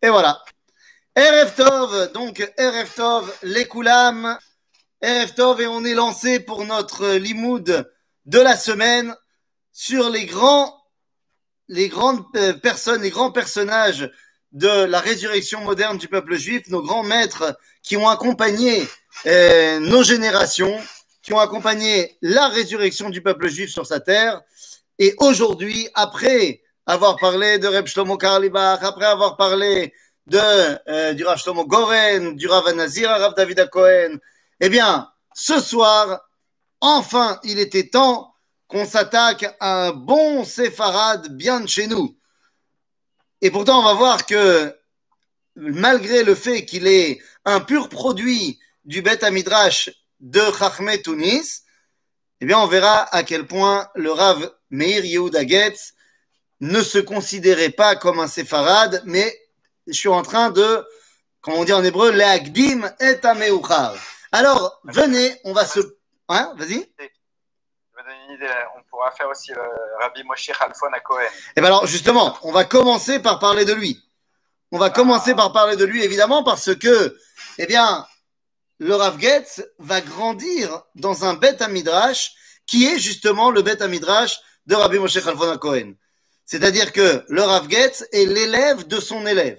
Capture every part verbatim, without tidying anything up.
Et voilà. Erev Tov, donc Erev Tov, les Koulam, Erev Tov, et on est lancé pour notre limoud de la semaine sur les grands, les grandes personnes, les grands personnages de la résurrection moderne du peuple juif, nos grands maîtres qui ont accompagné euh, nos générations, qui ont accompagné la résurrection du peuple juif sur sa terre. Et aujourd'hui, après avoir parlé de Reb Shlomo Karlibach, après avoir parlé de, euh, du Rav Shlomo Goren, du Rav Nazir, Rav David Cohen, eh bien, ce soir, enfin, il était temps qu'on s'attaque à un bon séfarade bien de chez nous. Et pourtant, on va voir que malgré le fait qu'il est un pur produit du Bet Midrash de Chachmei Tunis, eh bien, on verra à quel point le Rav Meir Yehuda Getz ne se considérait pas comme un séfarade, mais je suis en train de, comme on dit en hébreu, le'agdim et ameuchar. Alors, venez, on va se... Hein, vas-y. Je vais donner une idée. On pourra faire aussi le Rabbi Moshe Halfon à Cohen. Eh bien alors, justement, on va commencer par parler de lui. On va ah. commencer par parler de lui, évidemment, parce que, eh bien, le Rav Getz va grandir dans un Bet Midrash qui est justement le Bet Midrash de Rabbi Moshe Halfon à Cohen. C'est-à-dire que le Rav Getz est l'élève de son élève.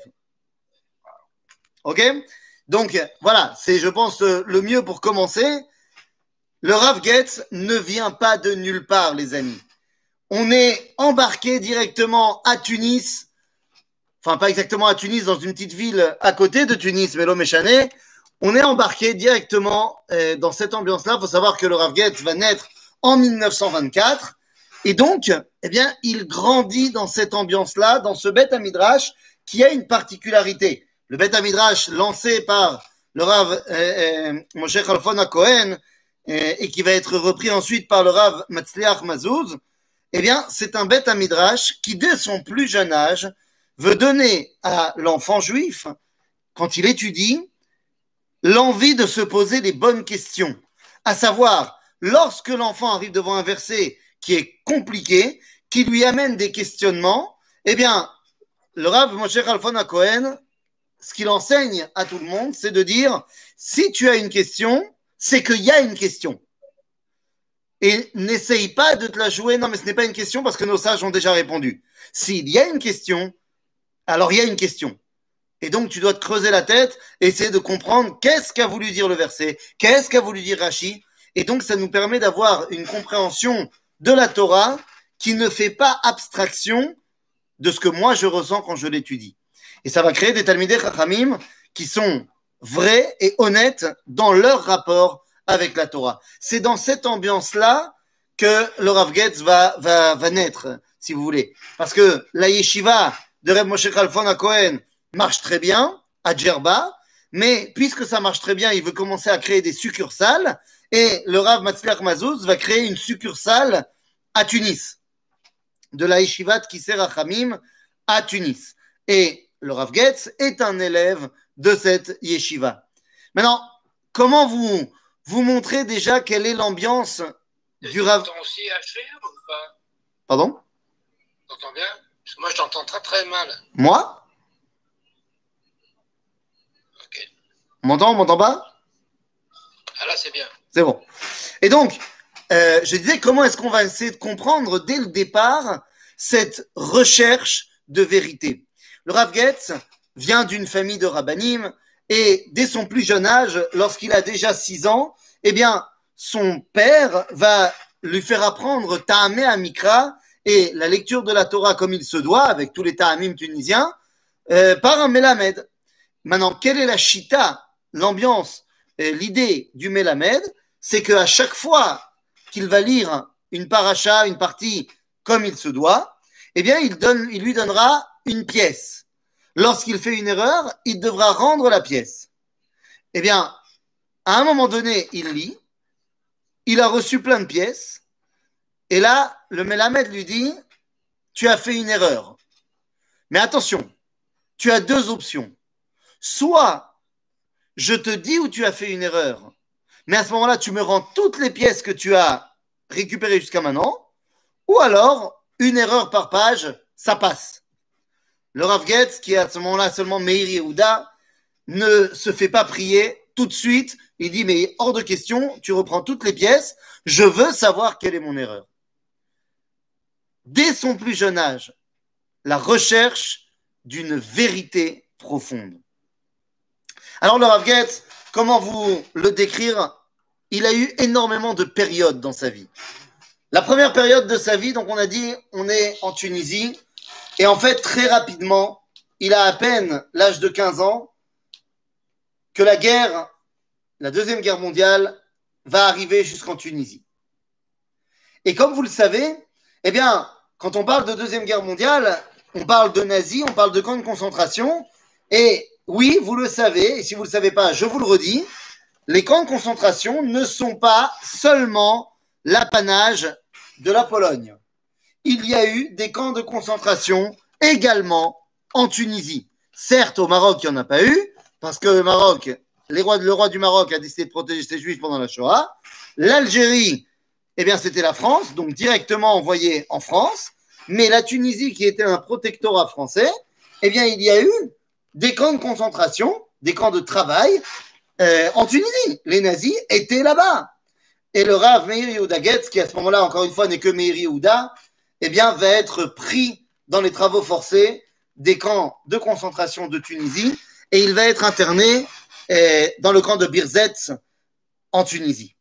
Ok? Donc, voilà, c'est, je pense, le mieux pour commencer. Le Rav Getz ne vient pas de nulle part, les amis. On est embarqué directement à Tunis, enfin pas exactement à Tunis, dans une petite ville à côté de Tunis, Melo Méchané. On est embarqué directement euh, dans cette ambiance-là. Il faut savoir que le Rav Getz va naître en mille neuf cent vingt-quatre. Et donc, eh bien, il grandit dans cette ambiance-là, dans ce Bet Midrash, qui a une particularité. Le Bet Midrash lancé par le Rav euh, euh, Moshe Halfon à Cohen, et qui va être repris ensuite par le Rav Matzliach Mazouz, eh bien, c'est un Bet Midrash qui, dès son plus jeune âge, veut donner à l'enfant juif, quand il étudie, l'envie de se poser les bonnes questions. À savoir, lorsque l'enfant arrive devant un verset qui est compliqué, qui lui amène des questionnements, eh bien, le Rav Moshe Halfon à Cohen, ce qu'il enseigne à tout le monde, c'est de dire, si tu as une question, c'est qu'il y a une question. Et n'essaye pas de te la jouer, non mais ce n'est pas une question parce que nos sages ont déjà répondu. S'il y a une question, alors il y a une question. Et donc tu dois te creuser la tête, essayer de comprendre qu'est-ce qu'a voulu dire le verset, qu'est-ce qu'a voulu dire Rashi. Et donc ça nous permet d'avoir une compréhension de la Torah qui ne fait pas abstraction de ce que moi je ressens quand je l'étudie. Et ça va créer des Talmidei Chachamim qui sont vrais et honnêtes dans leur rapport avec la Torah. C'est dans cette ambiance-là que le Rav Getz va, va, va naître, si vous voulez. Parce que la yeshiva de Reb Moshe Halfon à Cohen marche très bien à Djerba, mais puisque ça marche très bien, il veut commencer à créer des succursales, et le Rav Matzliach Mazouz va créer une succursale à Tunis, de la yeshiva de Kisser Hachamim à Tunis. Et le Rav Getz est un élève de cette yeshiva. Maintenant, comment vous, vous montrez déjà quelle est l'ambiance du Rav... Tu entends aussi haché ou pas? Pardon? Tu entends bien? Parce que moi, je t'entends très très mal. Moi? Ok. On m'entend, on m'entend pas? Ah là, c'est bien. C'est bon. Et donc, euh, je disais, comment est-ce qu'on va essayer de comprendre dès le départ cette recherche de vérité? Le Rav Getz vient d'une famille de rabbanim et dès son plus jeune âge, lorsqu'il a déjà six ans, eh bien, son père va lui faire apprendre Ta'amé Amikra et la lecture de la Torah comme il se doit, avec tous les Ta'amim tunisiens, euh, par un Melamed. Maintenant, quelle est la chita, l'ambiance, euh, l'idée du Melamed? C'est qu'à chaque fois qu'il va lire une paracha, une partie comme il se doit, eh bien, il, donne, il lui donnera une pièce. Lorsqu'il fait une erreur, il devra rendre la pièce. Eh bien, à un moment donné, il lit, il a reçu plein de pièces, et là, le Melamed lui dit, tu as fait une erreur. Mais attention, tu as deux options. Soit je te dis où tu as fait une erreur, mais à ce moment-là, tu me rends toutes les pièces que tu as récupérées jusqu'à maintenant, ou alors, une erreur par page, ça passe. le Rav Getz, qui est à ce moment-là seulement Meir Yehuda, ne se fait pas prier tout de suite. Il dit, mais hors de question, tu reprends toutes les pièces, je veux savoir quelle est mon erreur. Dès son plus jeune âge, la recherche d'une vérité profonde. Alors le Rav Getz, comment vous le décrire? Il a eu énormément de périodes dans sa vie. La première période de sa vie, donc on a dit, on est en Tunisie, et en fait, très rapidement, il a à peine l'âge de quinze ans, que la guerre, la Deuxième Guerre mondiale, va arriver jusqu'en Tunisie. Et comme vous le savez, eh bien, quand on parle de Deuxième Guerre mondiale, on parle de nazis, on parle de camps de concentration, et oui, vous le savez, et si vous ne le savez pas, je vous le redis, les camps de concentration ne sont pas seulement l'apanage de la Pologne. Il y a eu des camps de concentration également en Tunisie. Certes, au Maroc, il n'y en a pas eu, parce que le Maroc, les rois, le roi du Maroc a décidé de protéger ses juifs pendant la Shoah. L'Algérie, eh bien, c'était la France, donc directement envoyé en France. Mais la Tunisie, qui était un protectorat français, eh bien, il y a eu des camps de concentration, des camps de travail euh, en Tunisie. Les nazis étaient là-bas. Et le Rav Meir Yehuda Getz, qui à ce moment-là, encore une fois, n'est que Meir Yehuda, eh bien, va être pris dans les travaux forcés des camps de concentration de Tunisie et il va être interné eh, dans le camp de Birzet en Tunisie.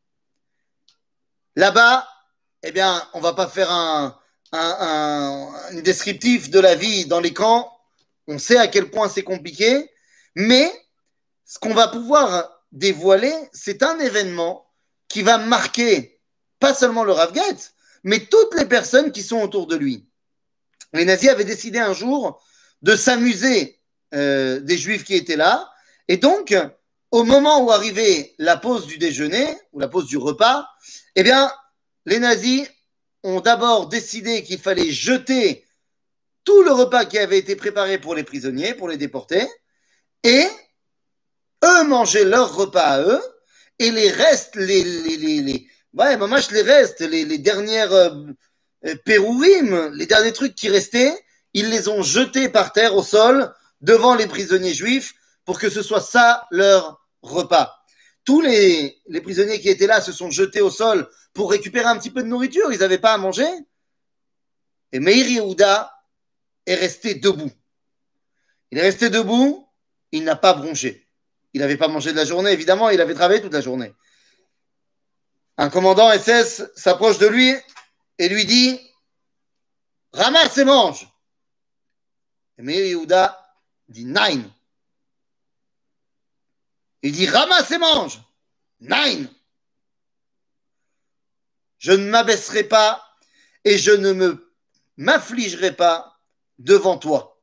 Là-bas, eh bien, on ne va pas faire un, un, un, un descriptif de la vie dans les camps. On sait à quel point c'est compliqué, mais ce qu'on va pouvoir dévoiler, c'est un événement qui va marquer pas seulement le Rav Getz, mais toutes les personnes qui sont autour de lui. Les nazis avaient décidé un jour de s'amuser euh, des juifs qui étaient là, et donc, au moment où arrivait la pause du déjeuner, ou la pause du repas, eh bien, les nazis ont d'abord décidé qu'il fallait jeter tout le repas qui avait été préparé pour les prisonniers, pour les déportés, et eux mangeaient leur repas à eux, et les restes, les, les, les, les ouais, maman, les restes, les, les dernières euh, pérourim, les derniers trucs qui restaient, ils les ont jetés par terre au sol devant les prisonniers juifs pour que ce soit ça leur repas. Tous les, les prisonniers qui étaient là se sont jetés au sol pour récupérer un petit peu de nourriture, ils n'avaient pas à manger. Et Meir Yehuda est resté debout. Il est resté debout, il n'a pas bronché. Il n'avait pas mangé de la journée, évidemment, il avait travaillé toute la journée. Un commandant S S s'approche de lui et lui dit « Ramasse et mange !» Et Meir Yehuda dit « Nein !» Il dit « Ramasse et mange !»« Nein !» Je ne m'abaisserai pas et je ne me m'affligerai pas devant toi.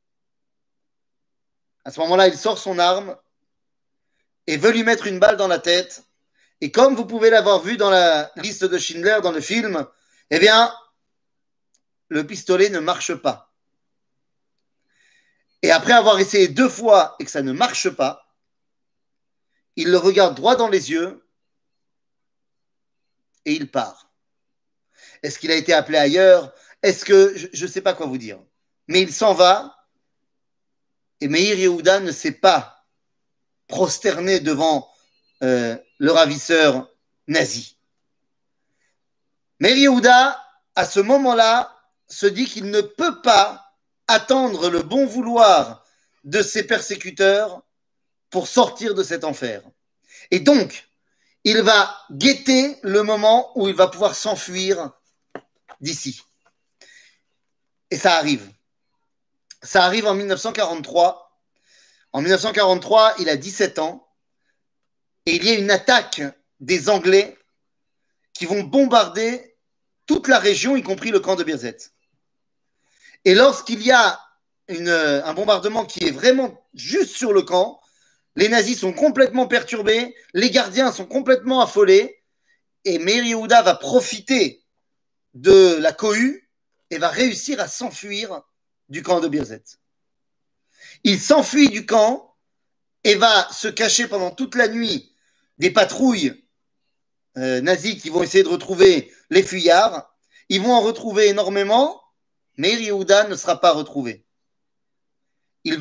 À ce moment-là, il sort son arme et veut lui mettre une balle dans la tête. Et comme vous pouvez l'avoir vu dans la liste de Schindler, dans le film, eh bien, le pistolet ne marche pas. Et après avoir essayé deux fois et que ça ne marche pas, il le regarde droit dans les yeux et il part. Est-ce qu'il a été appelé ailleurs? Est-ce que... Je ne sais pas quoi vous dire. Mais il s'en va et Meir Yehuda ne s'est pas prosterné devant euh, le ravisseur nazi. Meir Yehuda, à ce moment-là, se dit qu'il ne peut pas attendre le bon vouloir de ses persécuteurs pour sortir de cet enfer. Et donc, il va guetter le moment où il va pouvoir s'enfuir d'ici. Et ça arrive. Ça arrive en mille neuf cent quarante-trois. En mille neuf cent quarante-trois, il a dix-sept ans. Et il y a une attaque des Anglais qui vont bombarder toute la région, y compris le camp de Birzet. Et lorsqu'il y a une, un bombardement qui est vraiment juste sur le camp, les nazis sont complètement perturbés, les gardiens sont complètement affolés, et Meir Yehuda va profiter de la cohue et va réussir à s'enfuir du camp de Birzet. Il s'enfuit du camp et va se cacher pendant toute la nuit des patrouilles euh, nazis qui vont essayer de retrouver les fuyards. Ils vont en retrouver énormément, mais Meir Yehuda ne sera pas retrouvé.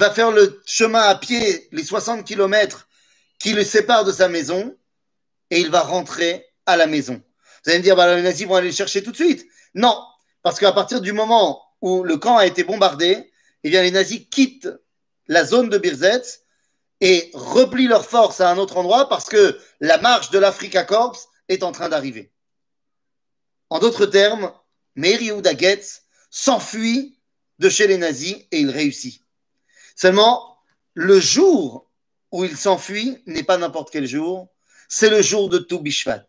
va faire le chemin à pied, les soixante kilomètres qui le séparent de sa maison, et il va rentrer à la maison. Vous allez me dire, bah, les nazis vont aller le chercher tout de suite. Non, parce qu'à partir du moment où le camp a été bombardé, eh bien, les nazis quittent la zone de Birzhetz et replient leurs forces à un autre endroit parce que la marche de l'Africa Corps est en train d'arriver. En d'autres termes, Meir Yehuda Getz s'enfuit de chez les nazis et il réussit. Seulement, le jour où il s'enfuit n'est pas n'importe quel jour, c'est le jour de Tou Bishvat.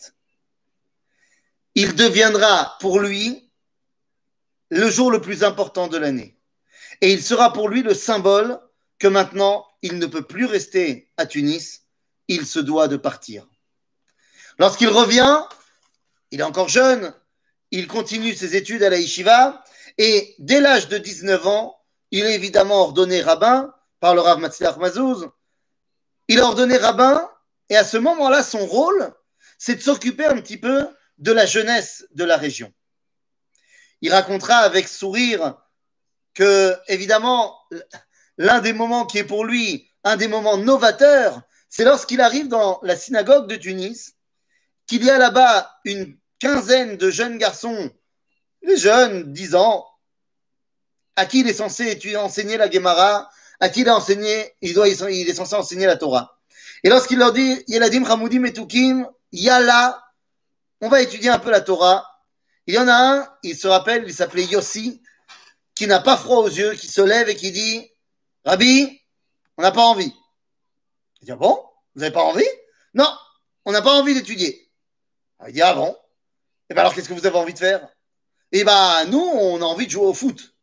Il deviendra pour lui le jour le plus important de l'année. Et il sera pour lui le symbole que maintenant, il ne peut plus rester à Tunis, il se doit de partir. Lorsqu'il revient, il est encore jeune, il continue ses études à la Yeshiva, et dès l'âge de dix-neuf ans, il est évidemment ordonné rabbin par le Rav Matzliach Mazouz. Il est ordonné rabbin, et à ce moment-là, son rôle, c'est de s'occuper un petit peu de la jeunesse de la région. Il racontera avec sourire que, évidemment, l'un des moments qui est pour lui un des moments novateurs, c'est lorsqu'il arrive dans la synagogue de Tunis, qu'il y a là-bas une quinzaine de jeunes garçons, les jeunes, dix ans, à qui il est censé étudier, enseigner la Gemara, à qui il, a enseigné, il, doit, il est censé enseigner la Torah. Et lorsqu'il leur dit, Yeladim Hamoudim et Tukim, Yalla, on va étudier un peu la Torah. Il y en a un, il se rappelle, il s'appelait Yossi, qui n'a pas froid aux yeux, qui se lève et qui dit, Rabbi, on n'a pas envie. Il dit, ah bon, vous n'avez pas envie? Non, on n'a pas envie d'étudier. Il dit, ah bon? Et bien alors, qu'est-ce que vous avez envie de faire? Eh bien, nous, on a envie de jouer au foot.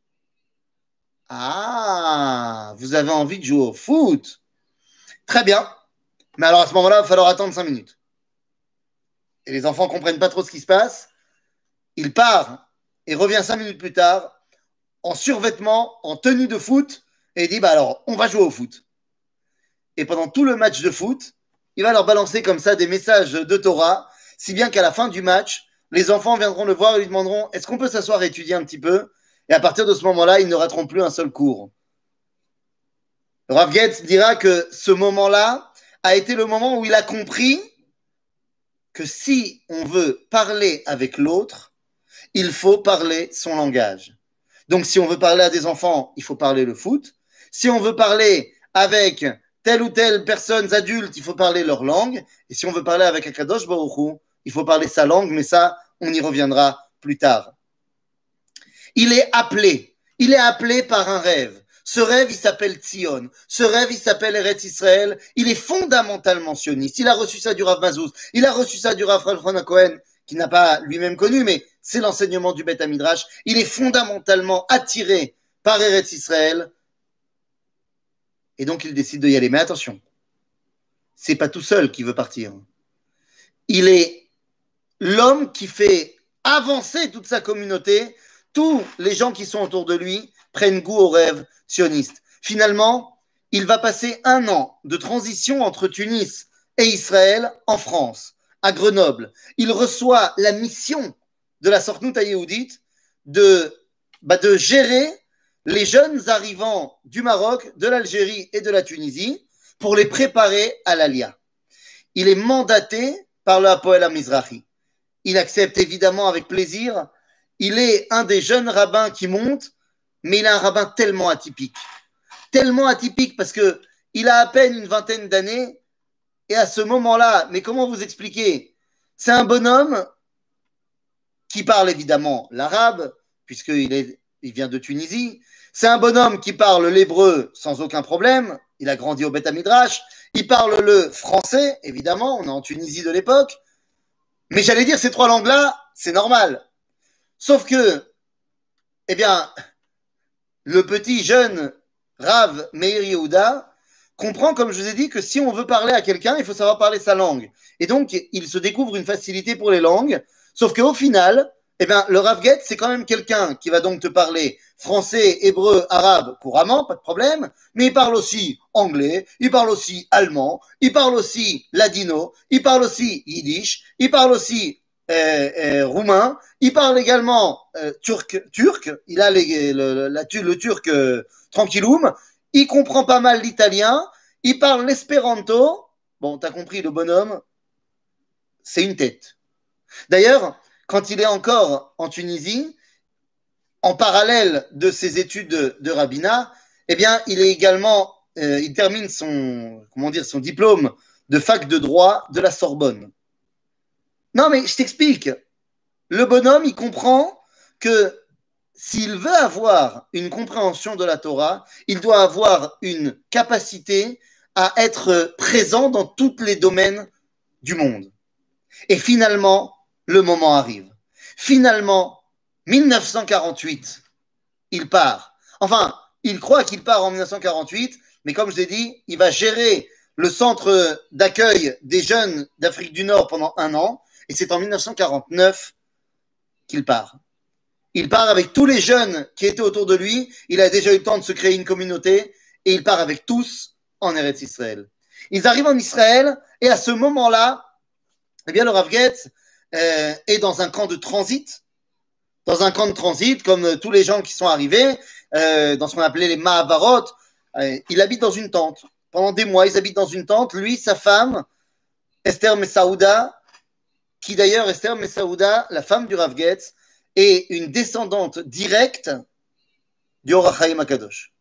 Ah, vous avez envie de jouer au foot? Très bien. Mais alors, à ce moment-là, il va falloir attendre cinq minutes. Et les enfants ne comprennent pas trop ce qui se passe. Il part et revient cinq minutes plus tard en survêtement, en tenue de foot, et il dit, bah alors, on va jouer au foot. Et pendant tout le match de foot, il va leur balancer comme ça des messages de Torah, si bien qu'à la fin du match, les enfants viendront le voir et lui demanderont, est-ce qu'on peut s'asseoir et étudier un petit peu? Et à partir de ce moment-là, ils ne rateront plus un seul cours. Le Rav Getz dira que ce moment-là a été le moment où il a compris que si on veut parler avec l'autre, il faut parler son langage. Donc, si on veut parler à des enfants, il faut parler le foot. Si on veut parler avec telle ou telle personne adulte, il faut parler leur langue. Et si on veut parler avec Akadosh Baruch Hu, il faut parler sa langue, mais ça, on y reviendra plus tard. Il est appelé. Il est appelé par un rêve. Ce rêve, il s'appelle Tzion. Ce rêve, il s'appelle Eretz Israël. Il est fondamentalement sioniste. Il a reçu ça du Rav Mazouz. Il a reçu ça du Rav Ralphon Cohen, qui n'a pas lui-même connu, mais c'est l'enseignement du Beth Midrash. Il est fondamentalement attiré par Eretz Israël. Et donc, il décide de y aller. Mais attention, c'est pas tout seul qui veut partir. Il est l'homme qui fait avancer toute sa communauté. Tous les gens qui sont autour de lui prennent goût au rêve sioniste. Finalement, il va passer un an de transition entre Tunis et Israël en France, à Grenoble. Il reçoit la mission de la Sornout Yehoudit de, bah, de gérer les jeunes arrivants du Maroc, de l'Algérie et de la Tunisie pour les préparer à l'Alia. Il est mandaté par le Hapoel HaMizrahi. Il accepte évidemment avec plaisir. Il est un des jeunes rabbins qui montent, mais il est un rabbin tellement atypique. Tellement atypique parce qu'il a à peine une vingtaine d'années et à ce moment-là, mais comment vous expliquer? C'est un bonhomme qui parle évidemment l'arabe, puisqu'il est, il vient de Tunisie. C'est un bonhomme qui parle l'hébreu sans aucun problème. Il a grandi au Beth Midrash. Il parle le français, évidemment. On est en Tunisie de l'époque. Mais j'allais dire, ces trois langues-là, c'est normal. Sauf que, eh bien, le petit jeune Rav Meir Yehuda comprend, comme je vous ai dit, que si on veut parler à quelqu'un, il faut savoir parler sa langue. Et donc, il se découvre une facilité pour les langues. Sauf qu'au final, eh bien, le Rav Getz, c'est quand même quelqu'un qui va donc te parler français, hébreu, arabe couramment, pas de problème, mais il parle aussi anglais, il parle aussi allemand, il parle aussi ladino, il parle aussi yiddish, il parle aussi euh, euh, roumain, il parle également euh, turc, turc, il a les, le, la, le turc euh, tranquilloum, il comprend pas mal l'italien, il parle l'espéranto. Bon, t'as compris, le bonhomme, c'est une tête. D'ailleurs, quand il est encore en Tunisie, en parallèle de ses études de, de rabbinat, eh bien, il est également, euh, il termine son, comment dire, son diplôme de fac de droit de la Sorbonne. Non, mais je t'explique. Le bonhomme, il comprend que s'il veut avoir une compréhension de la Torah, il doit avoir une capacité à être présent dans tous les domaines du monde. Et finalement, le moment arrive. Finalement, mille neuf cent quarante-huit, il part. Enfin, il croit qu'il part en mille neuf cent quarante-huit, mais comme je l'ai dit, il va gérer le centre d'accueil des jeunes d'Afrique du Nord pendant un an, et c'est en mille neuf cent quarante-neuf qu'il part. Il part avec tous les jeunes qui étaient autour de lui, il a déjà eu le temps de se créer une communauté, et il part avec tous en Eretz Israël. Ils arrivent en Israël, et à ce moment-là, eh bien, le Rav Getz euh, est dans un camp de transit, dans un camp de transit, comme euh, tous les gens qui sont arrivés, euh, dans ce qu'on appelait les Mahavarot. Euh, il habite dans une tente. Pendant des mois, ils habitent dans une tente. Lui, sa femme, Esther Messaouda, qui d'ailleurs, Esther Messaouda, la femme du Rav Getz, est une descendante directe du Or HaChaim HaKadosh.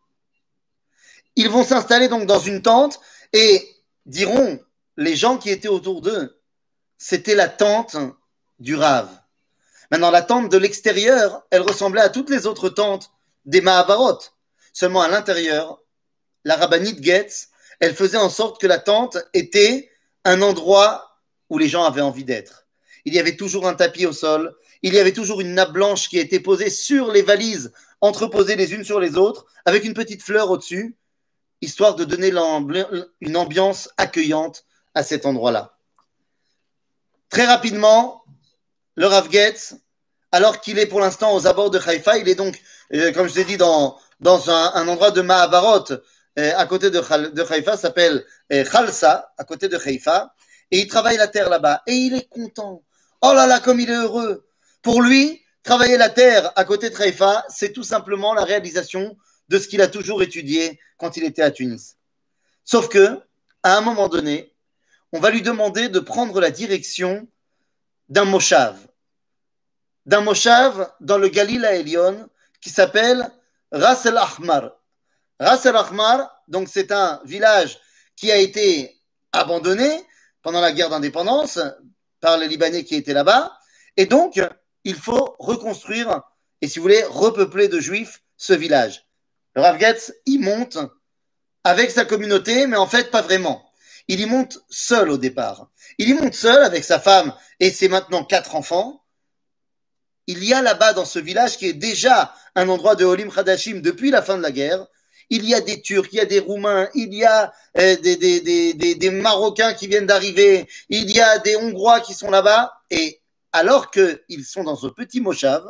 Ils vont s'installer donc dans une tente et diront les gens qui étaient autour d'eux, c'était la tente du Rav. Maintenant, la tente de l'extérieur, elle ressemblait à toutes les autres tentes des Mahavarot. Seulement à l'intérieur, la rabbinite Getz, elle faisait en sorte que la tente était un endroit où les gens avaient envie d'être. Il y avait toujours un tapis au sol, il y avait toujours une nappe blanche qui était posée sur les valises, entreposées les unes sur les autres, avec une petite fleur au-dessus, histoire de donner une ambiance accueillante à cet endroit-là. Très rapidement, le Rav Getz, alors qu'il est pour l'instant aux abords de Haïfa, il est donc, euh, comme je l'ai dit, dans, dans un, un endroit de Mahavarot, euh, à côté de, de Haïfa, s'appelle euh, Khalsa, à côté de Haïfa, et il travaille la terre là-bas, et il est content. Oh là là, comme il est heureux. Pour lui, travailler la terre à côté de Haïfa, c'est tout simplement la réalisation de ce qu'il a toujours étudié quand il était à Tunis. Sauf que, à un moment donné, on va lui demander de prendre la direction d'un moshav, d'un moshav dans le Galil Elyon qui s'appelle Ras El Ahmar. Ras El Ahmar, donc c'est un village qui a été abandonné pendant la guerre d'indépendance par les Libanais qui étaient là-bas, et donc il faut reconstruire et si vous voulez repeupler de juifs ce village. Le Rav Getz y monte avec sa communauté, mais en fait pas vraiment. Il y monte seul au départ. Il y monte seul avec sa femme et ses maintenant quatre enfants. Il y a là-bas dans ce village qui est déjà un endroit de Olim Hadashim depuis la fin de la guerre, il y a des Turcs, il y a des Roumains, il y a euh, des, des, des, des, des Marocains qui viennent d'arriver, il y a des Hongrois qui sont là-bas, et alors qu'ils sont dans ce petit moshav,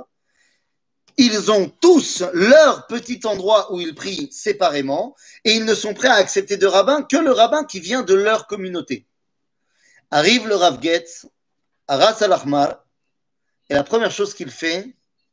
ils ont tous leur petit endroit où ils prient séparément, et ils ne sont prêts à accepter de rabbin que le rabbin qui vient de leur communauté. Arrive le Rav Getz à Ras Al Ahmar, et la première chose qu'il fait,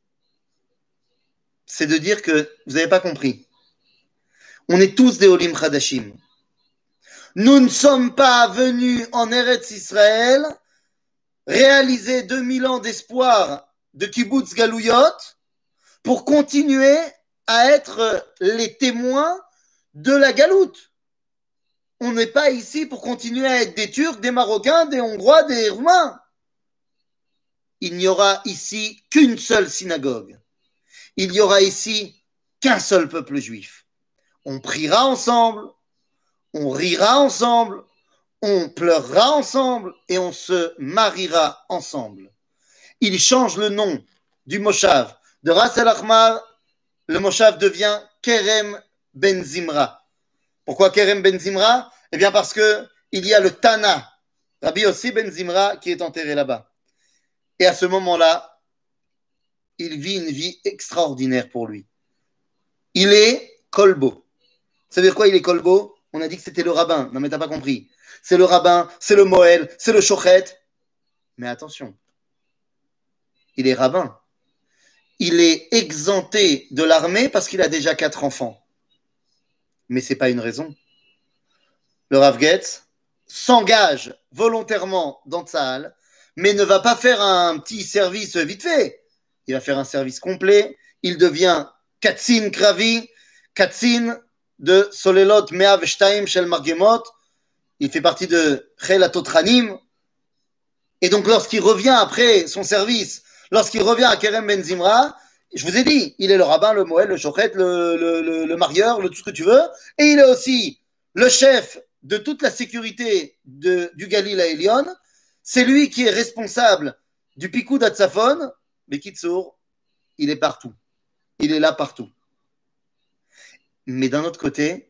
c'est de dire que vous n'avez pas compris. On est tous des Olim Chadashim. Nous ne sommes pas venus en Eretz Israël réaliser deux mille ans d'espoir de Kibbutz Galouyot pour continuer à être les témoins de la galoute. On n'est pas ici pour continuer à être des Turcs, des Marocains, des Hongrois, des Roumains. Il n'y aura ici qu'une seule synagogue. Il n'y aura ici qu'un seul peuple juif. On priera ensemble, on rira ensemble, on pleurera ensemble et on se mariera ensemble. Il change le nom du moshav. De Ras El Ahmar, le moshav devient Kerem Ben Zimra. Pourquoi Kerem Ben Zimra? Eh bien parce que il y a le Tana, Rabbi Yossi Ben Zimra, qui est enterré là-bas. Et à ce moment-là, il vit une vie extraordinaire pour lui. Il est kolbo. Ça veut dire quoi, il est kolbo? On a dit que c'était le rabbin. Non, mais t'as pas compris. C'est le rabbin, c'est le moël, c'est le shochet. Mais attention, il est rabbin. Il est exempté de l'armée parce qu'il a déjà quatre enfants. Mais ce n'est pas une raison. Le Rav Getz s'engage volontairement dans Tsahal, mais ne va pas faire un petit service vite fait. Il va faire un service complet. Il devient Katsin Kravi, Katsin de Solelot Meav Shtaim Shel Margemot. Il fait partie de Chel Atotranim. Et donc, lorsqu'il revient après son service, lorsqu'il revient à Kerem Ben Zimra, je vous ai dit, il est le rabbin, le moël, le chochet, le, le, le, le marieur, le tout ce que tu veux. Et il est aussi le chef de toute la sécurité de, du Galil à Elion. C'est lui qui est responsable du Pikud Hatzafon. Mais Kitsour, il est partout. Il est là partout. Mais d'un autre côté,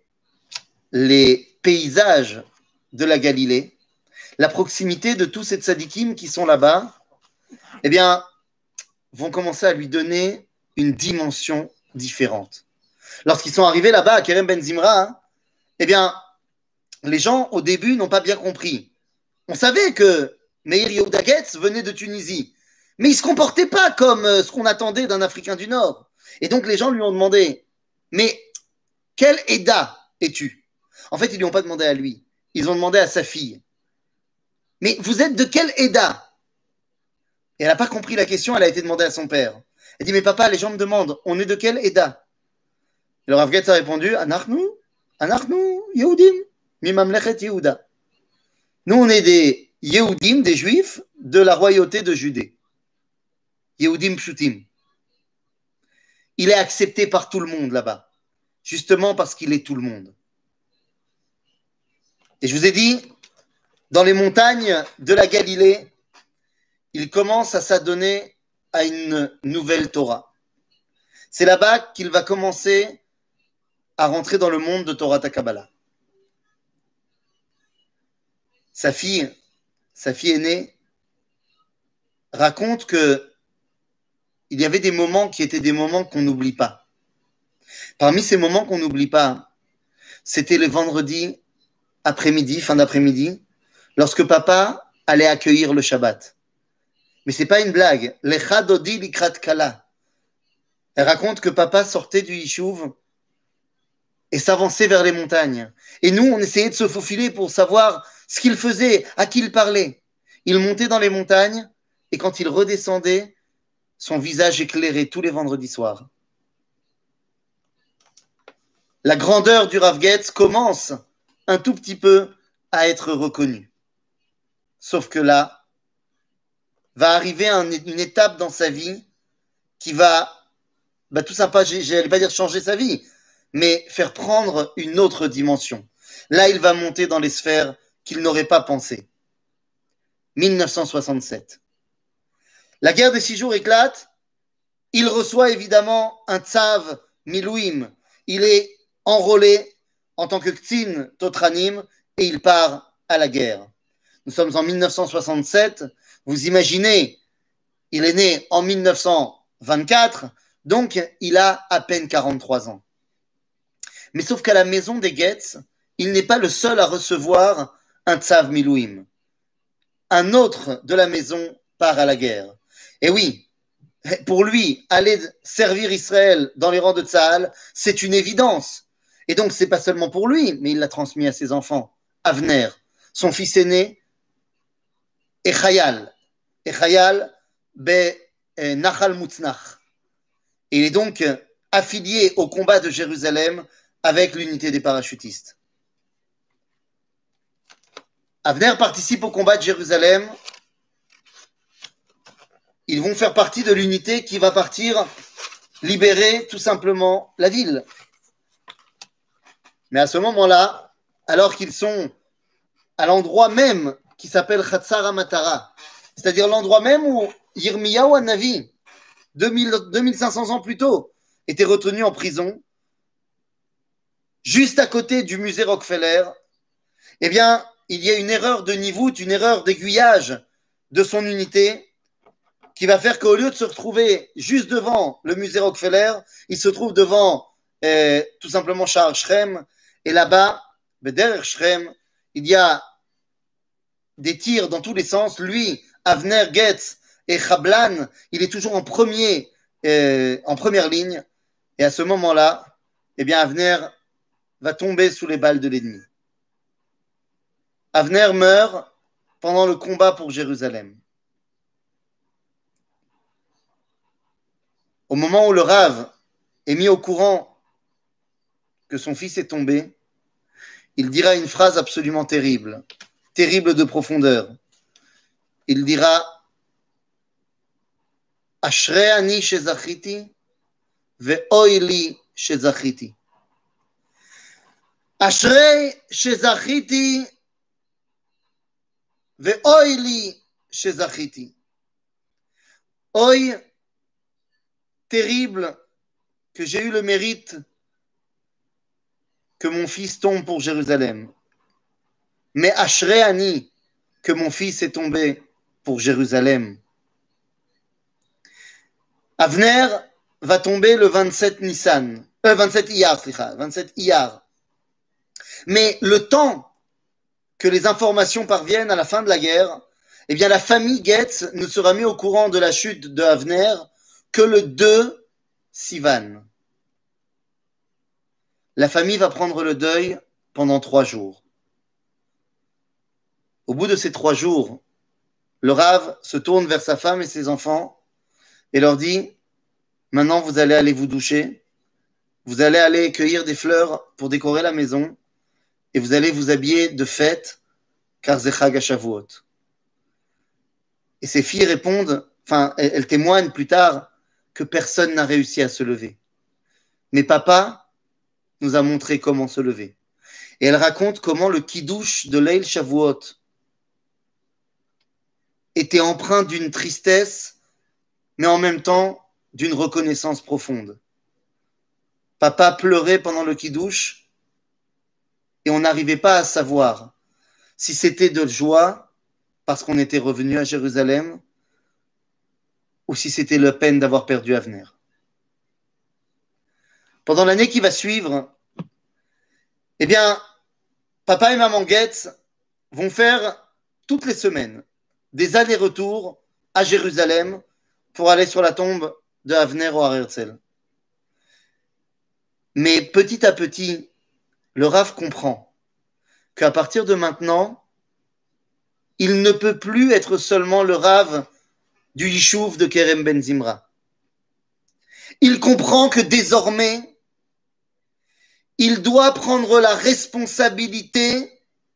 les paysages de la Galilée, la proximité de tous ces tzadikim qui sont là-bas, eh bien, vont commencer à lui donner une dimension différente. Lorsqu'ils sont arrivés là-bas à Kerem Ben Zimra, hein, eh bien, les gens, au début, n'ont pas bien compris. On savait que Meir Yehuda Getz venait de Tunisie, mais il ne se comportait pas comme ce qu'on attendait d'un Africain du Nord. Et donc, les gens lui ont demandé, mais quel Eda es-tu? En fait, ils ne lui ont pas demandé à lui. Ils ont demandé à sa fille. Mais vous êtes de quel Eda? Et elle n'a pas compris la question, elle a été demandée à son père. Elle dit, mais papa, les gens me demandent, on est de quel Eda? Et le Rav Getz a répondu, Anachnu, Anachnu, Yehudim, Mimamlechet Yehuda. Nous, on est des Yehudim, des Juifs, de la royauté de Judée. Yehudim Pshutim. Il est accepté par tout le monde là-bas, justement parce qu'il est tout le monde. Et je vous ai dit, dans les montagnes de la Galilée, il commence à s'adonner à une nouvelle Torah. C'est là-bas qu'il va commencer à rentrer dans le monde de Torah Takabala. Sa fille, sa fille aînée, raconte que il y avait des moments qui étaient des moments qu'on n'oublie pas. Parmi ces moments qu'on n'oublie pas, c'était le vendredi après-midi, fin d'après-midi, lorsque papa allait accueillir le Shabbat. Mais c'est pas une blague. Lecha dodi likrat kala. Elle raconte que papa sortait du Yishuv et s'avançait vers les montagnes. Et nous, on essayait de se faufiler pour savoir ce qu'il faisait, à qui il parlait. Il montait dans les montagnes et quand il redescendait, son visage éclairé tous les vendredis soirs. La grandeur du Rav Getz commence un tout petit peu à être reconnue. Sauf que là, va arriver un, une étape dans sa vie qui va, bah, tout simplement, j'allais pas dire changer sa vie, mais faire prendre une autre dimension. Là, il va monter dans les sphères qu'il n'aurait pas pensé. mille neuf cent soixante-sept. La guerre des six jours éclate. Il reçoit évidemment un tsav milouim. Il est enrôlé en tant que k'tzin totranim et il part à la guerre. Nous sommes en mille neuf cent soixante-sept. Vous imaginez, il est né en mille neuf cent vingt-quatre, donc il a à peine quarante-trois ans. Mais sauf qu'à la maison des Getz, il n'est pas le seul à recevoir un tsav milouim. Un autre de la maison part à la guerre. Et oui, pour lui, aller servir Israël dans les rangs de Tsahal, c'est une évidence. Et donc, ce n'est pas seulement pour lui, mais il l'a transmis à ses enfants. Avner, son fils aîné, et Chayal. Et Chayal, be Nachal Mutznach. Et il est donc affilié au combat de Jérusalem avec l'unité des parachutistes. Avner participe au combat de Jérusalem. Ils vont faire partie de l'unité qui va partir libérer tout simplement la ville. Mais à ce moment-là, alors qu'ils sont à l'endroit même qui s'appelle Chatzar HaMatara, c'est-à-dire l'endroit même où Yirmiyahu Hanavi, deux mille cinq cents ans plus tôt, était retenu en prison, juste à côté du musée Rockefeller, eh bien, il y a une erreur de nivout, une erreur d'aiguillage de son unité, qui va faire qu'au lieu de se retrouver juste devant le musée Rockefeller, il se trouve devant euh, tout simplement Sha'ar Shrem. Et là-bas, derrière Shrem, il y a des tirs dans tous les sens. Lui, Avner Getz et Chablan, il est toujours en, premier, euh, en première ligne. Et à ce moment-là, eh bien, Avner va tomber sous les balles de l'ennemi. Avner meurt pendant le combat pour Jérusalem. Au moment où le Rav est mis au courant que son fils est tombé, il dira une phrase absolument terrible, terrible de profondeur. Il dira « Ashrei ani shezachiti ve'oi li shezachiti » Ashrei shezachiti ve'oi li shezachiti. Oi, terrible que j'ai eu le mérite que mon fils tombe pour Jérusalem. Mais Ashrei ani, que mon fils est tombé pour Jérusalem. Avner va tomber le vingt-sept Nissan, euh, vingt-sept Iyar, vingt-sept Iyar. Mais le temps que les informations parviennent à la fin de la guerre, eh bien la famille Getz ne sera mise au courant de la chute de Avner que le deux Sivan. La famille va prendre le deuil pendant trois jours. Au bout de ces trois jours, le Rav se tourne vers sa femme et ses enfants et leur dit « Maintenant, vous allez aller vous doucher, vous allez aller cueillir des fleurs pour décorer la maison et vous allez vous habiller de fête car c'est Chag HaShavuot. » Et ses filles répondent, enfin, elles, elles témoignent plus tard que personne n'a réussi à se lever. Mais papa nous a montré comment se lever. Et elle raconte comment le kidouche de Leil Shavuot était empreint d'une tristesse, mais en même temps d'une reconnaissance profonde. Papa pleurait pendant le kidouche et on n'arrivait pas à savoir si c'était de joie parce qu'on était revenu à Jérusalem ou si c'était la peine d'avoir perdu Avner. Pendant l'année qui va suivre, eh bien, papa et maman Getz vont faire toutes les semaines des allers-retours à Jérusalem pour aller sur la tombe de Avner au Har Herzl. Mais petit à petit, le Rav comprend qu'à partir de maintenant, il ne peut plus être seulement le Rav du Yishuv de Kerem Ben Zimra. Il comprend que désormais, il doit prendre la responsabilité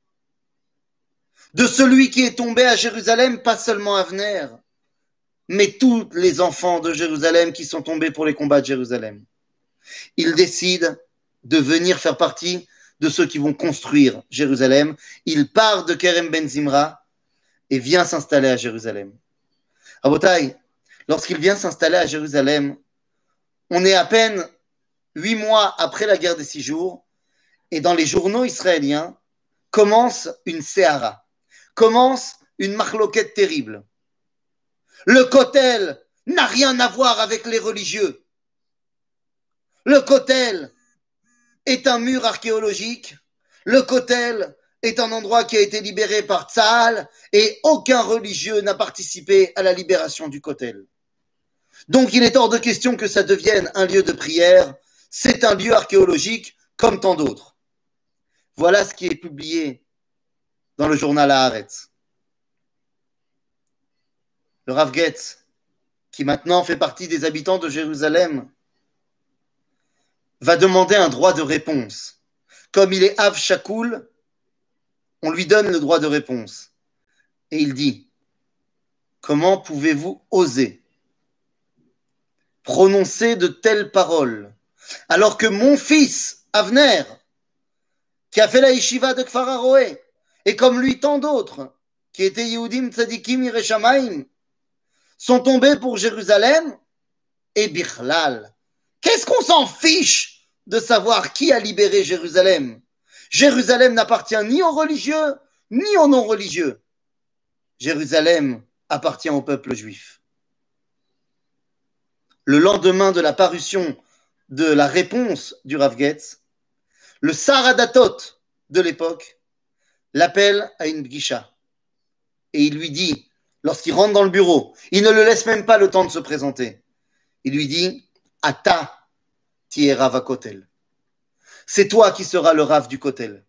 de celui qui est tombé à Jérusalem, pas seulement Avner, mais tous les enfants de Jérusalem qui sont tombés pour les combats de Jérusalem. Il décide de venir faire partie de ceux qui vont construire Jérusalem. Il part de Kerem Ben Zimra et vient s'installer à Jérusalem. Rabotai, lorsqu'il vient s'installer à Jérusalem, on est à peine huit mois après la guerre des six jours et dans les journaux israéliens commence une séhara, commence une marloquette terrible. Le Kotel n'a rien à voir avec les religieux. Le Kotel est un mur archéologique. Le Kotel est un endroit qui a été libéré par Tzahal et aucun religieux n'a participé à la libération du Kotel. Donc il est hors de question que ça devienne un lieu de prière. C'est un lieu archéologique comme tant d'autres. Voilà ce qui est publié dans le journal Haaretz. Le Rav Getz, qui maintenant fait partie des habitants de Jérusalem, va demander un droit de réponse. Comme il est Av Shakoul, on lui donne le droit de réponse. Et il dit, comment pouvez-vous oser prononcer de telles paroles alors que mon fils, Avner, qui a fait la yeshiva de Kfar Haroé, et comme lui tant d'autres, qui étaient Yehudim Tzadikim Yirei Shamayim, sont tombés pour Jérusalem, et Bichlal. Qu'est-ce qu'on s'en fiche de savoir qui a libéré Jérusalem? Jérusalem n'appartient ni aux religieux, ni aux non-religieux. Jérusalem appartient au peuple juif. Le lendemain de la parution de la réponse du Rav Getz, le Saradatot de l'époque l'appelle à une bgisha. Et il lui dit, lorsqu'il rentre dans le bureau, il ne le laisse même pas le temps de se présenter. Il lui dit, Ata tiera vakotel. c'est toi qui seras le Rav du Kotel.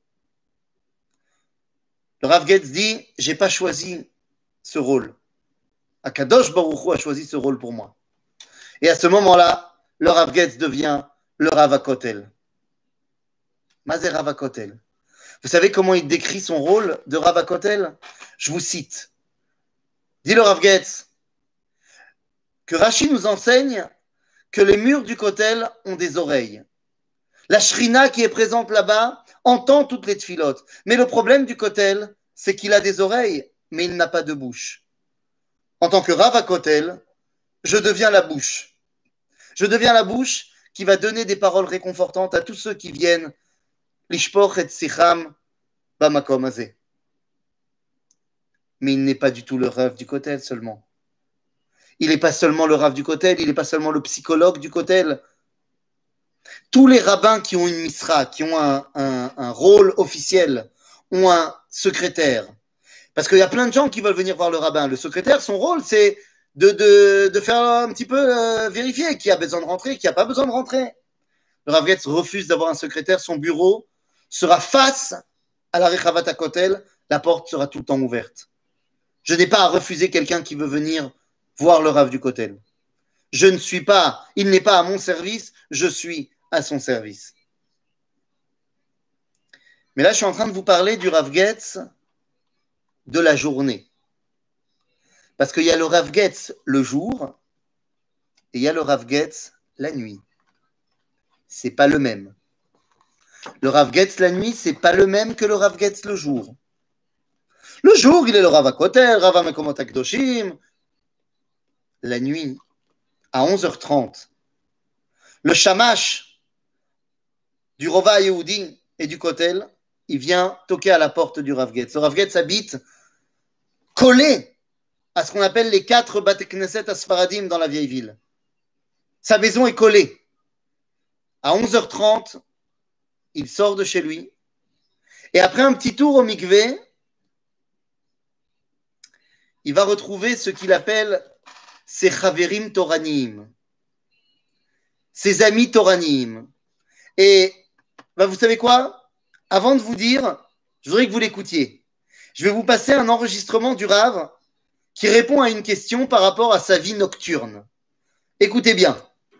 Le Rav Getz dit, j'ai pas choisi ce rôle. Akadosh Baruch Hu a choisi ce rôle pour moi. Et à ce moment-là, le Rav Getz devient le Rav HaKotel. Mazé Rav HaKotel. Vous savez comment il décrit son rôle de Rav HaKotel? Je vous cite. Dit le Rav Getz que Rashi nous enseigne que les murs du Kotel ont des oreilles. La Shrina qui est présente là-bas entend toutes les tfilotes. Mais le problème du Kotel, c'est qu'il a des oreilles, mais il n'a pas de bouche. En tant que Rav HaKotel, je deviens la bouche. Je deviens la bouche qui va donner des paroles réconfortantes à tous ceux qui viennent l'ishpoch et sicham bamakom hazeh. Mais il n'est pas du tout le Rav du Kotel seulement. Il n'est pas seulement le Rav du Kotel, il n'est pas seulement le psychologue du Kotel. Tous les rabbins qui ont une misra, qui ont un, un, un rôle officiel, ont un secrétaire. Parce qu'il y a plein de gens qui veulent venir voir le rabbin. Le secrétaire, son rôle, c'est de, de, de faire un petit peu euh, vérifier qui a besoin de rentrer, qui n'a pas besoin de rentrer. Le Rav Getz refuse d'avoir un secrétaire. Son bureau sera face à la Rechavat HaKotel. La porte sera tout le temps ouverte. Je n'ai pas à refuser quelqu'un qui veut venir voir le Rav du Kotel. Je ne suis pas, il n'est pas à mon service, je suis à son service. Mais là, je suis en train de vous parler du Rav Getz de la journée. Parce qu'il y a le Rav Getz le jour et il y a le Rav Getz la nuit. C'est pas le même. Le Rav Getz la nuit, c'est pas le même que le Rav Getz le jour. Le jour, il est le Rav HaKotel, Rav HaMekomot HaKdoshim. La nuit, à onze heures trente, le Shamash du Rova Yehudi et du Kotel, il vient toquer à la porte du Rav Getz. Le Rav Getz habite collé à ce qu'on appelle les quatre Bate Knesset Asfaradim dans la vieille ville. Sa maison est collée. À onze heures trente, il sort de chez lui. Et après un petit tour au mikvé, il va retrouver ce qu'il appelle ses chaverim toranim, ses amis toranim. Et bah, vous savez quoi? Avant de vous dire, je voudrais que vous l'écoutiez. Je vais vous passer un enregistrement du Rav qui répond à une question par rapport à sa vie nocturne. Écoutez bien.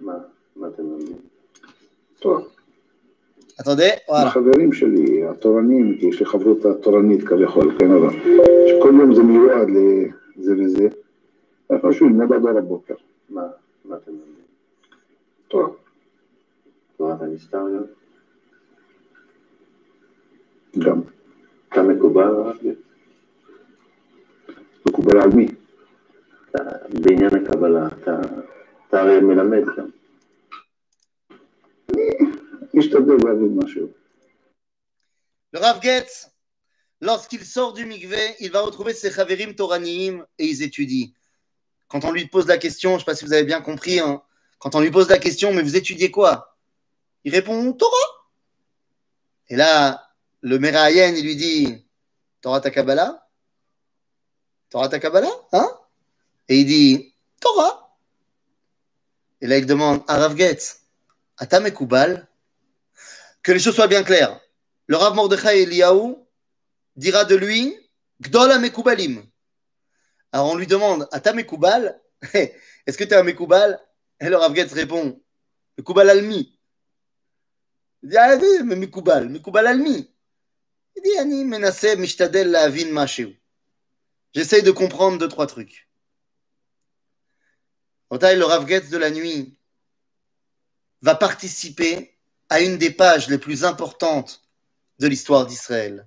Attendez, voilà. החברים שלי, התורנים, כי יש לי חברות התורנית כביכול, כן, אבל שכל יום זה מיועד לזה וזה, אנחנו יושבים נדבר הבוקר. מה, מה אתם לומדים? תורה. תורת הנסתר גם? גם. אתה מקובל הרב גץ? מקובל על מי? אתה, בעניין הקבלה, אתה, אתה הרי מלמד גם. משתדל להבין משהו. Le Rav Getz, lorsqu'il sort du mikvé, il va retrouver ses chaverim toranim et ils étudient. Quand on lui pose la question, je ne sais pas si vous avez bien compris, hein, quand on lui pose la question, mais vous étudiez quoi? Il répond Torah. Et là, le Merayen, il lui dit Torah ta Kabbalah? Torah ta Kabbalah? Hein? Et il dit Torah. Et là, il demande à Rav Getz, Ata Mekubal? Que les choses soient bien claires. Le Rav Mordechai Eliyahu dira de lui Gdol HaMekubalim. Alors on lui demande Ata Mekubal? Est-ce que tu es un Mekubal? Et le Rav Getz répond Mekubal Almi. Il dit Ah oui, mais Mekubal, Mekubal Almi. Il dit Ani menase mishtadel la'avin mashéu. J'essaye de comprendre deux, trois trucs. En taille, le Rav Getz de la nuit va participer à une des pages les plus importantes de l'histoire d'Israël.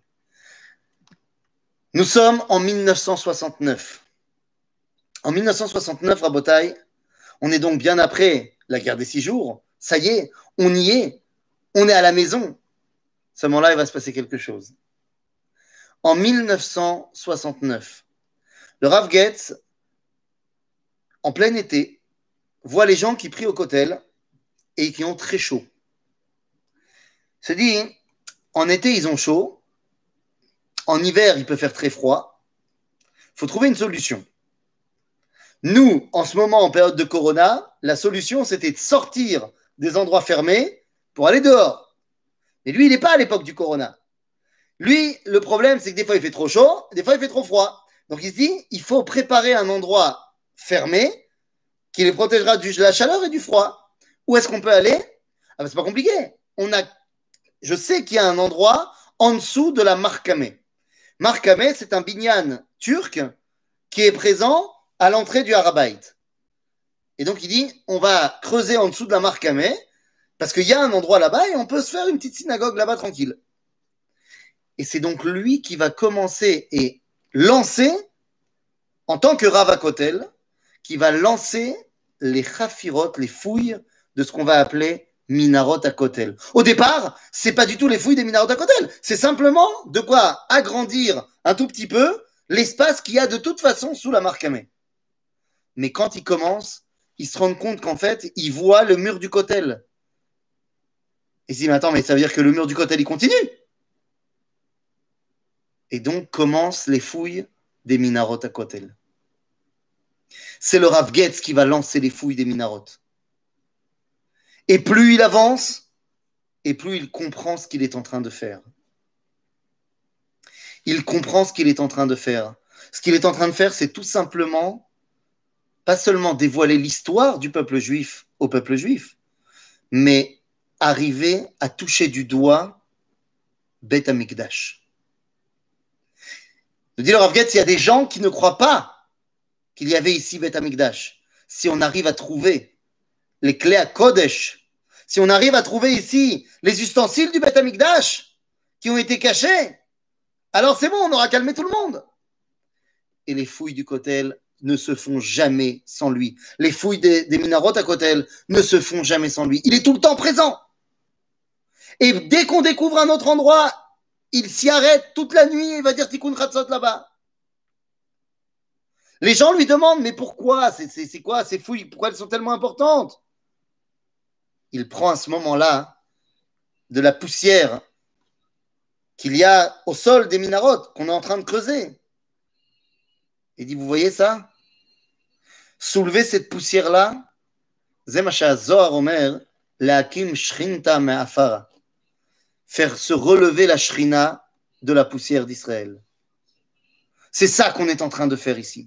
Nous sommes en mille neuf cent soixante-neuf. En mille neuf cent soixante-neuf, Rabotai, on est donc bien après la guerre des six jours. Ça y est, on y est. On est à la maison. Seulement là, il va se passer quelque chose. En mille neuf cent soixante-neuf, le Rav Getz, en plein été, voit les gens qui prient au Kotel et qui ont très chaud. Il se dit, en été, ils ont chaud. En hiver, il peut faire très froid. Il faut trouver une solution. Nous, en ce moment, en période de Corona, la solution, c'était de sortir des endroits fermés pour aller dehors. Mais lui, il n'est pas à l'époque du corona. Lui, le problème, c'est que des fois, il fait trop chaud, des fois, il fait trop froid. Donc, il se dit, il faut préparer un endroit fermé qui les protégera de la chaleur et du froid. Où est-ce qu'on peut aller? Ah ben, c'est pas compliqué. On a, je sais qu'il y a un endroit en dessous de la Markameh. Markameh, c'est un binyan turc qui est présent à l'entrée du Harabait. Et donc, il dit, on va creuser en dessous de la Markameh parce qu'il y a un endroit là-bas et on peut se faire une petite synagogue là-bas tranquille. Et c'est donc lui qui va commencer et lancer, en tant que Rav HaKotel, qui va lancer les chafirot, les fouilles de ce qu'on va appeler Minarot HaKotel. Au départ, c'est pas du tout les fouilles des Minarot HaKotel, c'est simplement de quoi agrandir un tout petit peu l'espace qu'il y a de toute façon sous la Markameh. Mais quand il commence, il se rend compte qu'en fait, il voit le mur du Kotel. Il se dit, mais attends, mais ça veut dire que le mur du Kotel, il continue. Et donc commencent les fouilles des Minarot HaKotel. C'est le Rav Getz qui va lancer les fouilles des Minarot. Et plus il avance, et plus il comprend ce qu'il est en train de faire. Il comprend ce qu'il est en train de faire. Ce qu'il est en train de faire, c'est tout simplement, pas seulement dévoiler l'histoire du peuple juif au peuple juif, mais arriver à toucher du doigt Beth Amikdash. Je dis le Rav Getz, il y a des gens qui ne croient pas qu'il y avait ici Beth Amikdash. Si on arrive à trouver les clés à Kodesh, si on arrive à trouver ici les ustensiles du Beth Amikdash qui ont été cachés, alors c'est bon, on aura calmé tout le monde. Et les fouilles du Kotel ne se font jamais sans lui. Les fouilles des, des Minarot HaKotel ne se font jamais sans lui. Il est tout le temps présent. Et dès qu'on découvre un autre endroit, il s'y arrête toute la nuit et il va dire Tikkun Chatzot là-bas. Les gens lui demandent, mais pourquoi? C'est, c'est, c'est quoi ces fouilles? Pourquoi elles sont tellement importantes? Il prend à ce moment-là de la poussière qu'il y a au sol des Minarot qu'on est en train de creuser. Il dit, vous voyez ça? Soulevez cette poussière-là. Zemasha Zohar Omer, Laakim Shrinta Me'afara. Faire se relever la shrina de la poussière d'Israël. C'est ça qu'on est en train de faire ici.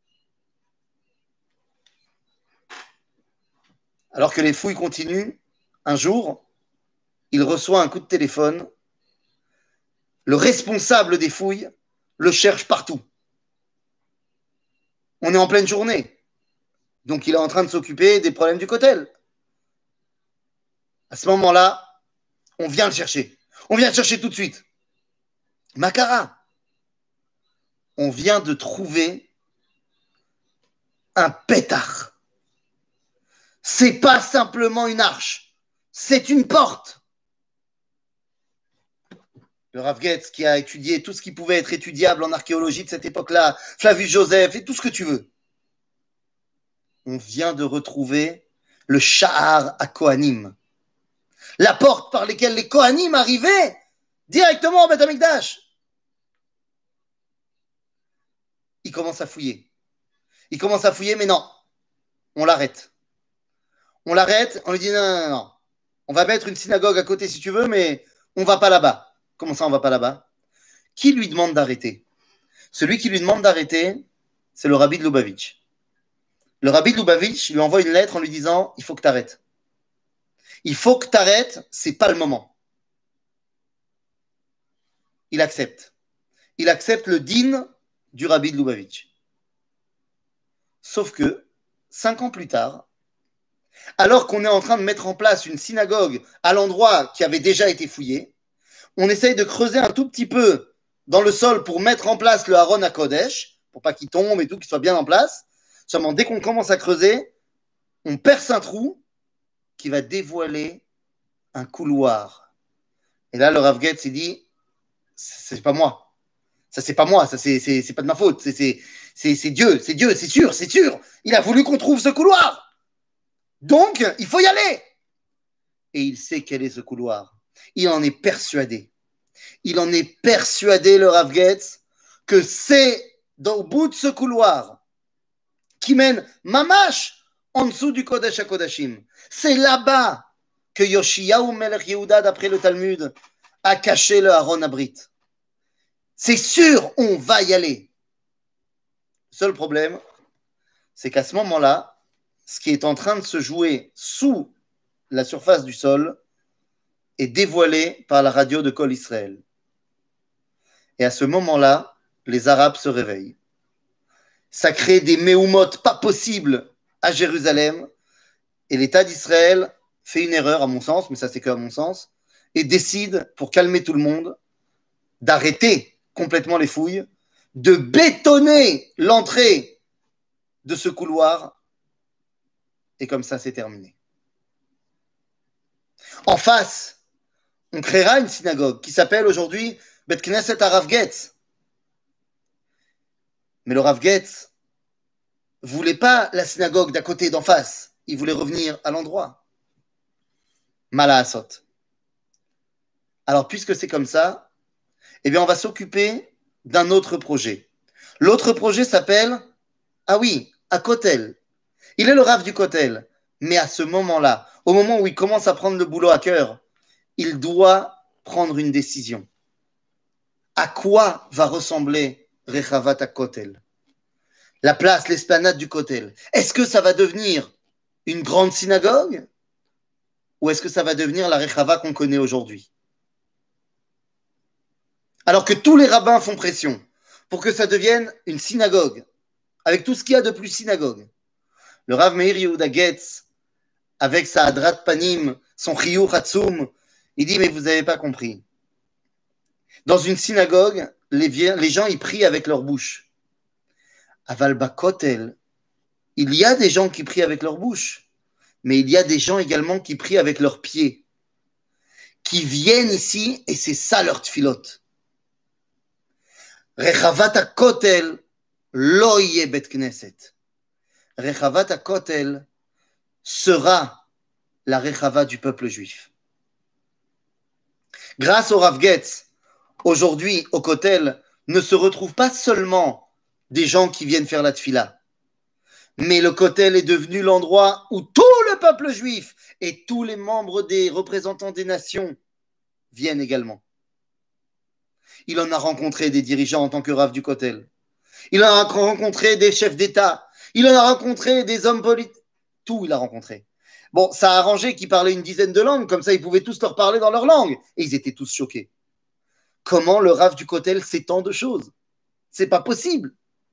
Alors que les fouilles continuent, un jour, il reçoit un coup de téléphone. Le responsable des fouilles le cherche partout. On est en pleine journée. Donc, il est en train de s'occuper des problèmes du Kotel. À ce moment-là, on vient le chercher. On vient le chercher tout de suite. Makara. On vient de trouver un pétard. C'est pas simplement une arche. C'est une porte. Le Rav Getz qui a étudié tout ce qui pouvait être étudiable en archéologie de cette époque-là, Flavius Joseph et tout ce que tu veux. On vient de retrouver le Sha'ar à Kohanim. La porte par laquelle les Kohanim arrivaient directement au Beth Amikdash. Il commence à fouiller. Il commence à fouiller, mais non. On l'arrête. On l'arrête, on lui dit non, non, non, non. On va mettre une synagogue à côté si tu veux, mais on ne va pas là-bas. Comment ça, on ne va pas là-bas? Qui lui demande d'arrêter? Celui qui lui demande d'arrêter, c'est le Rabbi de Lubavitch. Le Rabbi de Lubavitch lui envoie une lettre en lui disant il faut que tu arrêtes. Il faut que tu arrêtes, c'est pas le moment. Il accepte. Il accepte le din du Rabbi de Lubavitch. Sauf que, cinq ans plus tard, alors qu'on est en train de mettre en place une synagogue à l'endroit qui avait déjà été fouillé, on essaye de creuser un tout petit peu dans le sol pour mettre en place le Haron à Kodesh, pour pas qu'il tombe et tout, qu'il soit bien en place. Seulement, dès qu'on commence à creuser, on perce un trou qui va dévoiler un couloir. Et là, le Rav Getz, il dit, c'est pas moi. Ça, c'est pas moi. Ça, c'est, c'est, c'est pas de ma faute. C'est, c'est, c'est, c'est Dieu. C'est Dieu. C'est sûr. C'est sûr. Il a voulu qu'on trouve ce couloir. Donc, il faut y aller. Et il sait quel est ce couloir. Il en est persuadé. Il en est persuadé, le Rav Getz, que c'est au bout de ce couloir qui mène Mamash en dessous du Kodesh HaKodashim. C'est là-bas que Yoshiyahu Melech Yehuda, d'après le Talmud, a caché le Aaron Abrit. C'est sûr, on va y aller. Le seul problème, c'est qu'à ce moment-là, ce qui est en train de se jouer sous la surface du sol est dévoilé par la radio de Kol Israël. Et à ce moment-là, les Arabes se réveillent. Ça crée des méoumotes pas possibles à Jérusalem. Et l'État d'Israël fait une erreur, à mon sens, mais ça c'est que à mon sens, et décide, pour calmer tout le monde, d'arrêter complètement les fouilles, de bétonner l'entrée de ce couloir. Et comme ça, c'est terminé. En face, on créera une synagogue qui s'appelle aujourd'hui Bet Knesset HaRav Getz. Mais le Rav Getz voulait pas la synagogue d'à côté, d'en face. Il voulait revenir à l'endroit. Malaasot. Alors, puisque c'est comme ça, eh bien, on va s'occuper d'un autre projet. L'autre projet s'appelle, ah oui, à Kotel. Il est le Rav du Kotel. Mais à ce moment-là, au moment où il commence à prendre le boulot à cœur, il doit prendre une décision. À quoi va ressembler Rechavat HaKotel? La place, l'esplanade du Kotel. Est-ce que ça va devenir une grande synagogue? Ou est-ce que ça va devenir la Rechava qu'on connaît aujourd'hui? Alors que tous les rabbins font pression pour que ça devienne une synagogue, avec tout ce qu'il y a de plus synagogue. Le Rav Meir Yehuda Getz, avec sa Hadrat Panim, son Chiyuch Hatzum, il dit, mais vous n'avez pas compris. Dans une synagogue, les, les gens, ils prient avec leur bouche. Aval Bakotel, il y a des gens qui prient avec leur bouche, mais il y a des gens également qui prient avec leurs pieds, qui viennent ici, et c'est ça leur tfilote. Rechavat HaKotel, lo yeh bet Knesset. Rechavat HaKotel sera la Rechava du peuple juif. Grâce au Rav Getz, aujourd'hui, au Kotel, ne se retrouvent pas seulement des gens qui viennent faire la tfila, mais le Kotel est devenu l'endroit où tout le peuple juif et tous les membres des représentants des nations viennent également. Il en a rencontré des dirigeants en tant que Rav du Kotel. Il en a rencontré des chefs d'État. Il en a rencontré des hommes politiques. Tout, il a rencontré. Bon, ça a arrangé qu'ils parlaient une dizaine de langues, comme ça ils pouvaient tous leur parler dans leur langue. Et ils étaient tous choqués. Comment le Rav du Kotel sait tant de choses? C'est pas possible.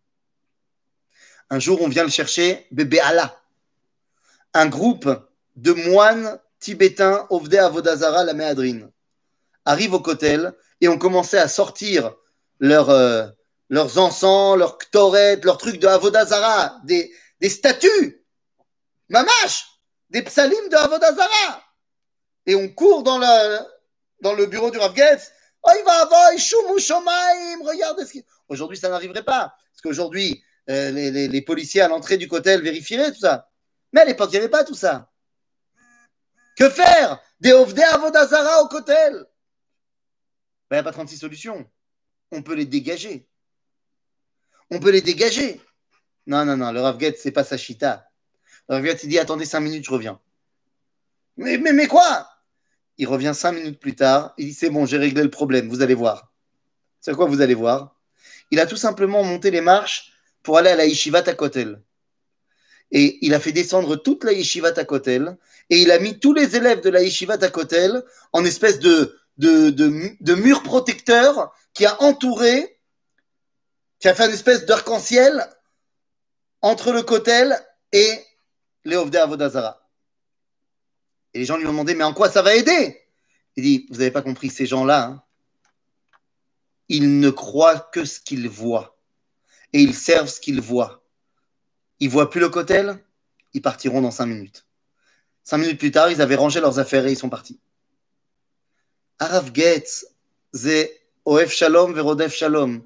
Un jour, on vient le chercher, Bébé Allah. Un groupe de moines tibétains, Ovdei Avodah Zara, la Méadrine, arrive au Kotel et ont commencé à sortir leur, euh, leurs encens, leurs ktoret, leurs trucs de Avodah Zara, des, des statues, mamash, des psalim de Avodah Zara. Et on court dans, la, dans le bureau du Rav Getz. Oh, il va avoir Shumu Shomaim, regarde ce qui. Aujourd'hui, ça n'arriverait pas. Parce qu'aujourd'hui, euh, les, les, les policiers à l'entrée du Kotel vérifieraient tout ça. Mais à l'époque, il n'y avait pas tout ça. Que faire? Des Ovdei Avodah Zara au Kotel? Il n'y a pas trente-six solutions. On peut les dégager. On peut les dégager. Non, non, non, le Rav Getz, c'est pas sa chita. Le Rav Getz, il dit, attendez cinq minutes, je reviens. Mais, mais, mais quoi? Il revient cinq minutes plus tard. Il dit, c'est bon, j'ai réglé le problème. Vous allez voir. C'est quoi vous allez voir? Il a tout simplement monté les marches pour aller à la Yeshivat HaKotel. Et il a fait descendre toute la Yeshivat HaKotel. Et il a mis tous les élèves de la Yeshivat HaKotel en espèce de, de, de, de mur protecteur qui a entouré, qui a fait une espèce d'arc-en-ciel entre le Kotel et les Ovdei Avodah Zara. Et les gens lui ont demandé, mais en quoi ça va aider? Il dit, vous n'avez pas compris, ces gens-là, hein, ils ne croient que ce qu'ils voient. Et ils servent ce qu'ils voient. Ils ne voient plus le Kotel, ils partiront dans cinq minutes. Cinq minutes plus tard, ils avaient rangé leurs affaires et ils sont partis. Arav Getz, ze Oef Shalom verodef Shalom.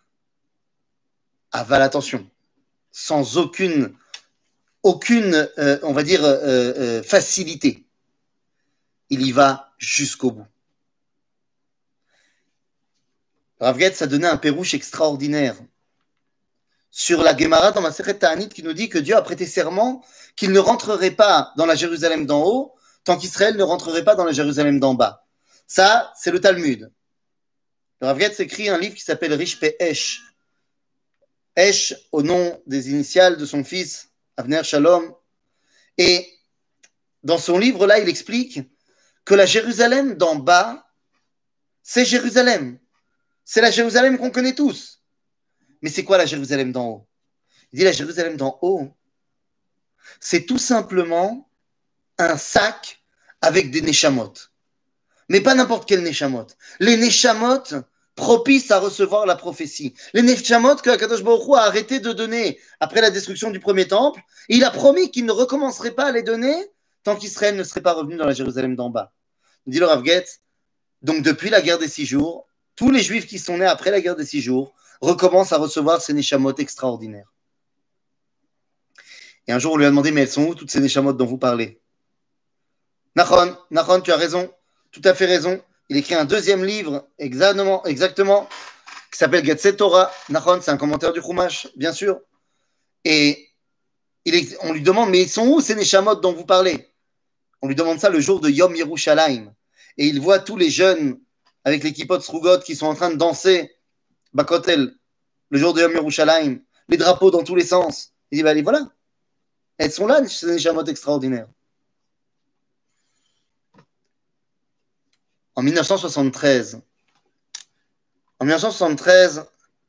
Aval, attention, sans aucune, aucune euh, on va dire, euh, euh, facilité. Il y va jusqu'au bout. Rav Getz a donné un pérouche extraordinaire sur la Gemara dans Masechet Ta'anit qui nous dit que Dieu a prêté serment qu'il ne rentrerait pas dans la Jérusalem d'en haut tant qu'Israël ne rentrerait pas dans la Jérusalem d'en bas. Ça, c'est le Talmud. Le Rav Getz écrit un livre qui s'appelle Rishpe Esh. Esh, au nom des initiales de son fils, Avner Shalom. Et dans son livre-là, il explique que la Jérusalem d'en bas, c'est Jérusalem. C'est la Jérusalem qu'on connaît tous. Mais c'est quoi la Jérusalem d'en haut? Il dit la Jérusalem d'en haut, c'est tout simplement un sac avec des neshamot. Mais pas n'importe quel neshamot. Les neshamot propices à recevoir la prophétie. Les neshamot que Akadosh Baruch Hu a arrêté de donner après la destruction du premier temple. Et il a promis qu'il ne recommencerait pas à les donner tant qu'Israël ne serait pas revenu dans la Jérusalem d'en bas. Il dit le Rav Getz, donc depuis la guerre des six jours, tous les juifs qui sont nés après la guerre des six jours recommencent à recevoir ces neshamot extraordinaires. Et un jour, on lui a demandé, mais elles sont où toutes ces neshamot dont vous parlez? Nachon, Nachon, tu as raison, tout à fait raison. Il écrit un deuxième livre, exactement, exactement qui s'appelle Getset Torah. Nachon, c'est un commentaire du Chumash, bien sûr. Et il est, on lui demande, mais ils sont où ces neshamot dont vous parlez? On lui demande ça le jour de Yom Yerushalayim. Et il voit tous les jeunes avec les kippot Srugot qui sont en train de danser Bakotel, le jour de Yom Yerushalayim, les drapeaux dans tous les sens. Il dit, bah allez, voilà. Elles sont là, ces neshamot extraordinaires. En mille neuf cent soixante-treize, en mille neuf cent soixante-treize,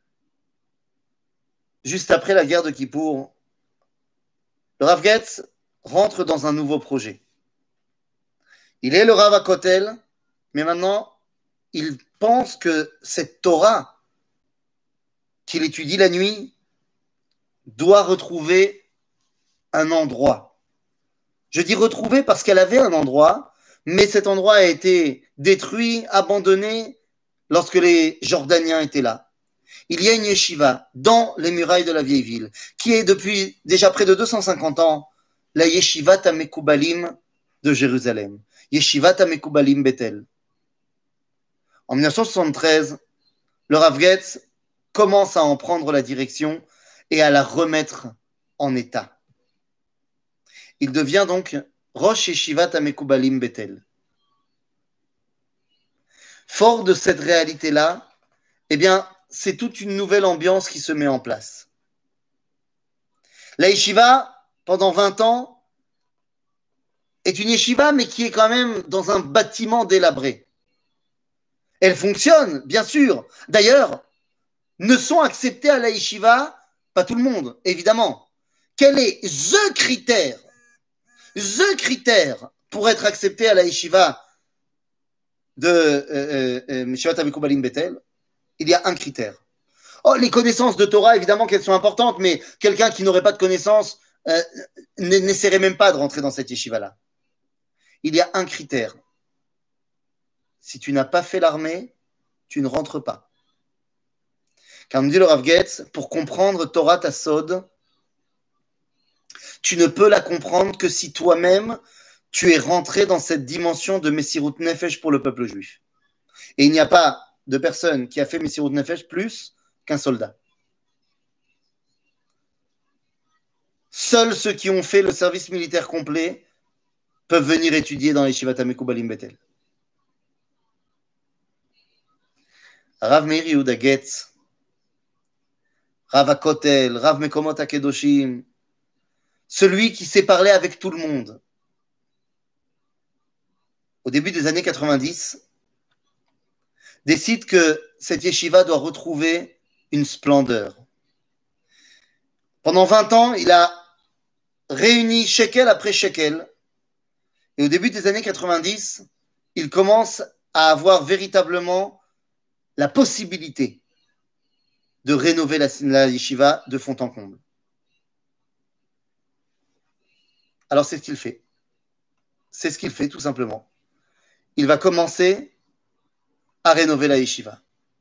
juste après la guerre de Kippour, le Rav Getz rentre dans un nouveau projet. Il est le Rav à Kotel, mais maintenant, il pense que cette Torah qu'il étudie la nuit doit retrouver un endroit. Je dis retrouver parce qu'elle avait un endroit, mais cet endroit a été détruit, abandonné lorsque les Jordaniens étaient là. Il y a une yeshiva dans les murailles de la vieille ville qui est depuis déjà près de deux cent cinquante ans la yeshiva Tamekoubalim de Jérusalem. Yeshiva Tamekoubalim Bethel. En mille neuf cent soixante-treize, le Rav Getz commence à en prendre la direction et à la remettre en état. Il devient donc Rosh Yeshiva Tamekoubalim Bethel. Fort de cette réalité-là, eh bien, c'est toute une nouvelle ambiance qui se met en place. La yeshiva, pendant vingt ans, est une yeshiva, mais qui est quand même dans un bâtiment délabré. Elle fonctionne, bien sûr. D'ailleurs, ne sont acceptés à la yeshiva, pas tout le monde, évidemment. Quel est the critère, the critère pour être accepté à la yeshiva de euh, euh, Yeshiva Tamekoubalim Bethel? Il y a un critère. Oh, les connaissances de Torah, évidemment qu'elles sont importantes, mais quelqu'un qui n'aurait pas de connaissances euh, n'essaierait même pas de rentrer dans cette yeshiva-là. Il y a un critère. Si tu n'as pas fait l'armée, tu ne rentres pas. Car nous dit le Rav Getz, pour comprendre Torah Tassod, tu ne peux la comprendre que si toi-même, tu es rentré dans cette dimension de Messirut Nefesh pour le peuple juif. Et il n'y a pas de personne qui a fait Messirut Nefesh plus qu'un soldat. Seuls ceux qui ont fait le service militaire complet peuvent venir étudier dans les Yeshiva Tamekoubalim Bethel. Rav Meir Yehuda Getz, Rav Akotel, Rav Mekomot HaKedoshim, celui qui sait parler avec tout le monde. Au début des années quatre-vingt-dix, décide que cette yeshiva doit retrouver une splendeur. Pendant vingt ans, il a réuni shekel après shekel. Et au début des années quatre-vingt-dix, il commence à avoir véritablement la possibilité de rénover la, la yeshiva de fond en comble. Alors c'est ce qu'il fait. C'est ce qu'il fait tout simplement. Il va commencer à rénover la yeshiva.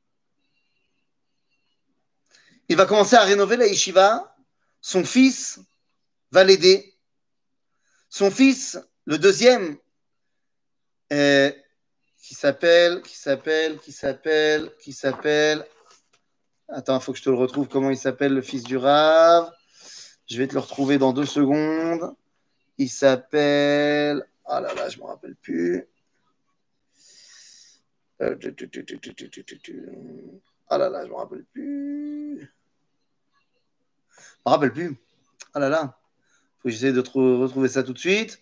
Il va commencer à rénover la yeshiva. Son fils va l'aider. Son fils, le deuxième, euh, qui s'appelle, qui s'appelle, qui s'appelle, qui s'appelle. Attends, il faut que je te le retrouve. Comment il s'appelle, le fils du Rav? Je vais te le retrouver dans deux secondes. Il s'appelle. Ah là là, je ne me rappelle plus. Ah là là, je ne me rappelle plus. Je ne me rappelle plus. Ah là là. Faut que j'essaie de retrouver ça tout de suite.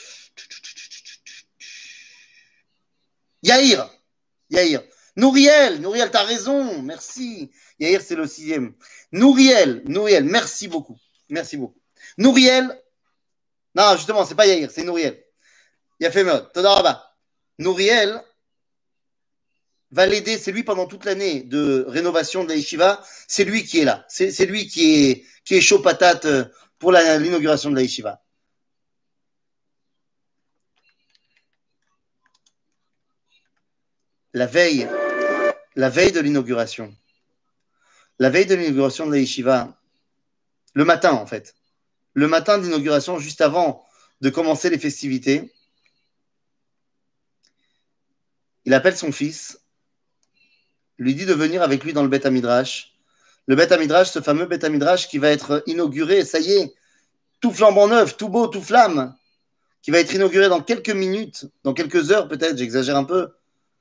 Yaïr. Yaïr. Nouriel. Nouriel, t'as raison. Merci. Yaïr, c'est le sixième. Nouriel. Nouriel, merci beaucoup. Merci beaucoup. Nouriel. Non, justement, c'est pas Yaïr, c'est Nouriel. Il a fait mode. Todaraba. Nouriel va l'aider. C'est lui pendant toute l'année de rénovation de la yeshiva. C'est lui qui est là. C'est, c'est lui qui est, qui est chaud patate pour la, l'inauguration de la yeshiva. La veille, la veille de l'inauguration, la veille de l'inauguration de la yeshiva, le matin en fait, le matin de l'inauguration, juste avant de commencer les festivités, il appelle son fils, lui dit de venir avec lui dans le Beth Hamidrash. Le Beth Hamidrash, ce fameux Beth Hamidrash qui va être inauguré, ça y est, tout flambant neuf, tout beau, tout flamme, qui va être inauguré dans quelques minutes, dans quelques heures peut-être, j'exagère un peu.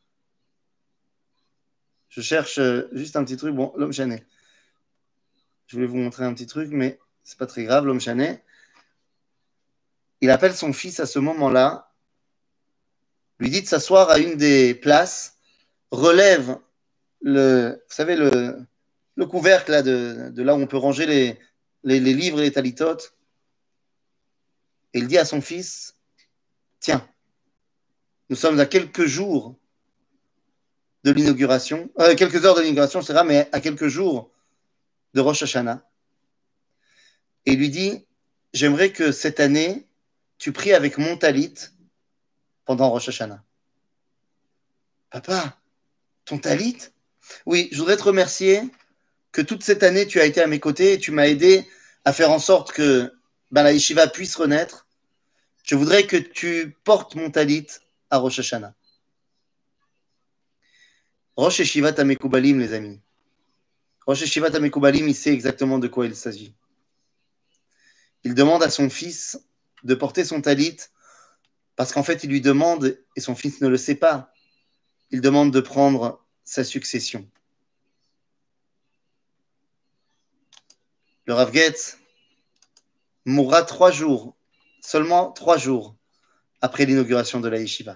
Je cherche juste un petit truc. Bon, l'homme chané. Je voulais vous montrer un petit truc, mais c'est pas très grave, l'homme chané. Il appelle son fils à ce moment-là, lui dit de s'asseoir à une des places, relève le, vous savez, le, le couvercle là, de, de là où on peut ranger les, les, les livres et les talitotes. Et il dit à son fils, tiens, nous sommes à quelques jours de l'inauguration, euh, quelques heures de l'inauguration, c'est vrai, mais à quelques jours de Rosh Hashanah. Et il lui dit, j'aimerais que cette année, tu pries avec mon talit pendant Rosh Hashanah. Papa, ton talit? Oui, je voudrais te remercier que toute cette année, tu as été à mes côtés et tu m'as aidé à faire en sorte que ben, la yeshiva puisse renaître. Je voudrais que tu portes mon talit à Rosh Hashanah. Rosh Yeshivat HaMekoubalim, les amis. Rosh Yeshivat HaMekoubalim, il sait exactement de quoi il s'agit. Il demande à son fils de porter son talit parce qu'en fait, il lui demande, et son fils ne le sait pas, il demande de prendre sa succession. Le Rav Getz mourra trois jours, seulement trois jours après l'inauguration de la yeshiva.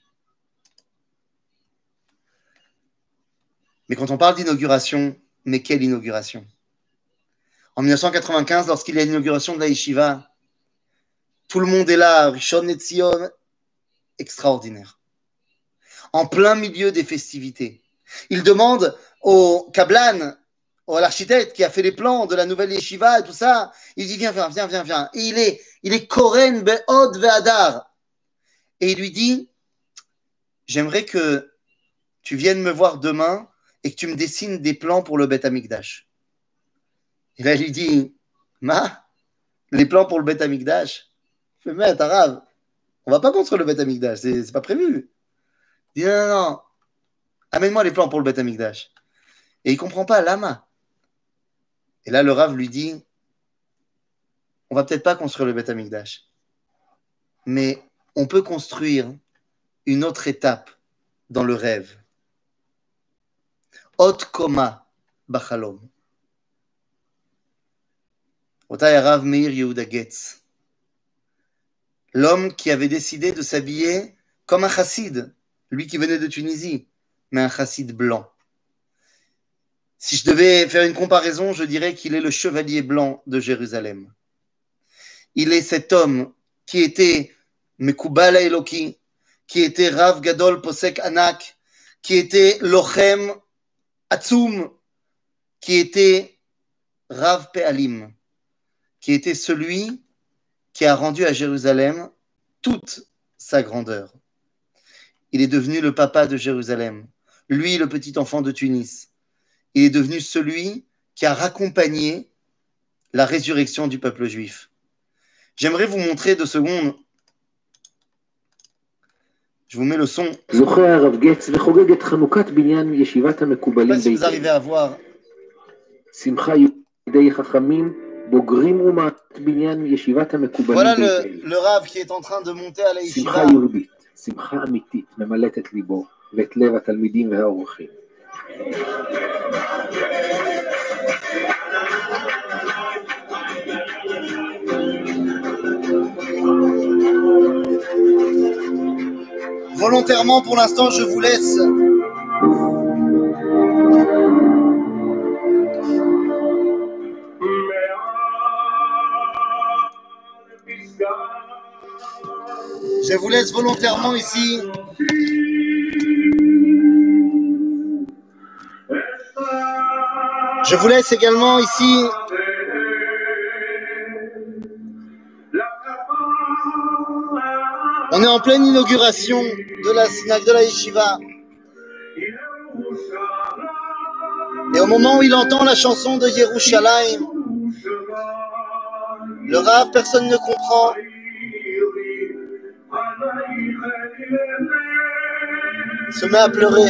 Mais quand on parle d'inauguration, mais quelle inauguration? En mille neuf cent quatre-vingt-quinze, lorsqu'il y a l'inauguration de la yeshiva, tout le monde est là, Rishon LeZion, extraordinaire. En plein milieu des festivités. Il demande au Kablan, à l'architecte qui a fait les plans de la nouvelle yeshiva et tout ça, il dit viens, viens, viens, viens, viens. Et il est, il est Koren Be'od Ve'adar. Et il lui dit, j'aimerais que tu viennes me voir demain et que tu me dessines des plans pour le Beth Amikdash. Et là, il lui dit, Ma, les plans pour le Beth Amikdash? Je fais, mais Arabe, on va pas construire le Beth Amikdash, c'est, c'est pas prévu. Il dit, non, non, non, amène-moi les plans pour le Beth Amikdash. Et il comprend pas, Lama. Et là, le Rav lui dit, on va peut-être pas construire le Beth Amikdash, mais on peut construire une autre étape dans le rêve. Ot koma bachalom. Otai Rav Meir Yehuda Getz. L'homme qui avait décidé de s'habiller comme un chassid, lui qui venait de Tunisie, mais un chassid blanc. Si je devais faire une comparaison, je dirais qu'il est le chevalier blanc de Jérusalem. Il est cet homme qui était Mekubal Eloki, qui était Rav Gadol Posek Anak, qui était Lochem Atzum, qui était Rav Pe'alim, qui était celui qui a rendu à Jérusalem toute sa grandeur. Il est devenu le papa de Jérusalem, lui le petit enfant de Tunis. Il est devenu celui qui a raccompagné la résurrection du peuple juif. J'aimerais vous montrer deux secondes. Je vous mets le son. Je ne sais pas si vous arrivez à voir. בוגרים אומת בניין ישיבת המקובלים Voilà בית le, אל. le Rav qui est en train de monter à la שמחה yeshiva. יהודית, שמחה אמיתית, ממלאת את ליבו ואת לב התלמידים והאורחים. Volontairement, pour l'instant, je vous laisse. Je vous laisse volontairement ici. Je vous laisse également ici. On est en pleine inauguration de la synagogue de la yeshiva. Et au moment où il entend la chanson de Yerushalayim, le Rav, personne ne comprend. Se met à pleurer.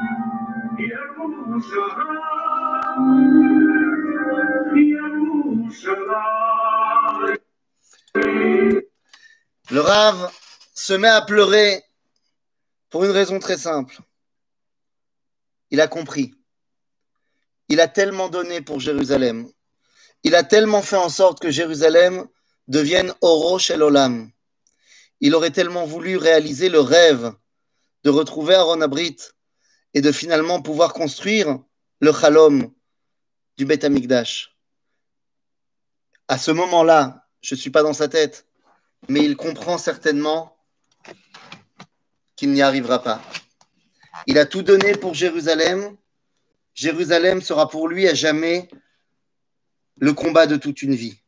Le Rav se met à pleurer pour une raison très simple. Il a compris. Il a tellement donné pour Jérusalem. Il a tellement fait en sorte que Jérusalem devienne Oro Shel Olam. Il aurait tellement voulu réaliser le rêve de retrouver Aaron Abrit et de finalement pouvoir construire le Chalom du Beth Amikdash. À ce moment-là, je ne suis pas dans sa tête, mais il comprend certainement qu'il n'y arrivera pas. Il a tout donné pour Jérusalem. Jérusalem sera pour lui à jamais le combat de toute une vie.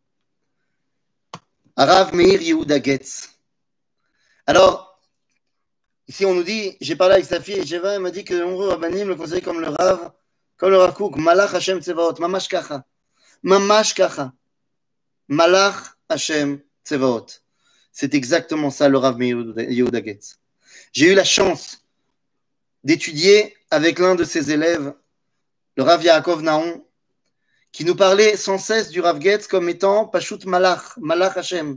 Arav Meir Yehuda Getz. Alors, ici on nous dit, j'ai parlé avec sa fille et Jeva, elle m'a dit que nombreux rabbanim le conseillent comme le Rav, comme le Rav Kook, Malach Hashem Tsevaot, Mamash Kacha. Mamash Kacha. Malach Hashem Tsevaot. C'est exactement ça le Rav Meir Yehuda Getz. J'ai eu la chance d'étudier avec l'un de ses élèves, le Rav Yaakov Naon, qui nous parlait sans cesse du Rav Getz comme étant Pashut Malach, Malach Hashem.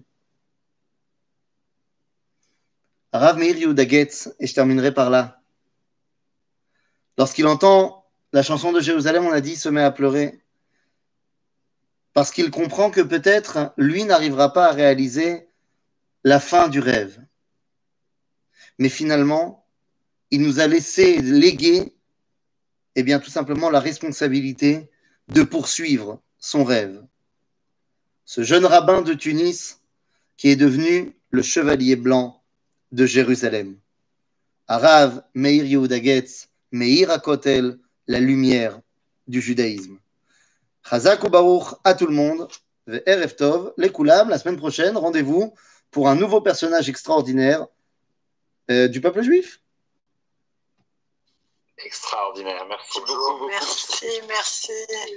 Rav Meir Yehuda Getz, et je terminerai par là. Lorsqu'il entend la chanson de Jérusalem, on a dit, il se met à pleurer. Parce qu'il comprend que peut-être lui n'arrivera pas à réaliser la fin du rêve. Mais finalement, il nous a laissé léguer, eh bien, tout simplement la responsabilité de poursuivre son rêve. Ce jeune rabbin de Tunis qui est devenu le chevalier blanc de Jérusalem. Arav Meir Yehuda Getz, Meir HaKotel, la lumière du judaïsme. Chazak ou Baruch à tout le monde. Erev Tov, les Koulam, la semaine prochaine, rendez-vous pour un nouveau personnage extraordinaire euh, du peuple juif. Extraordinaire. Merci Bonjour. beaucoup. Merci, merci.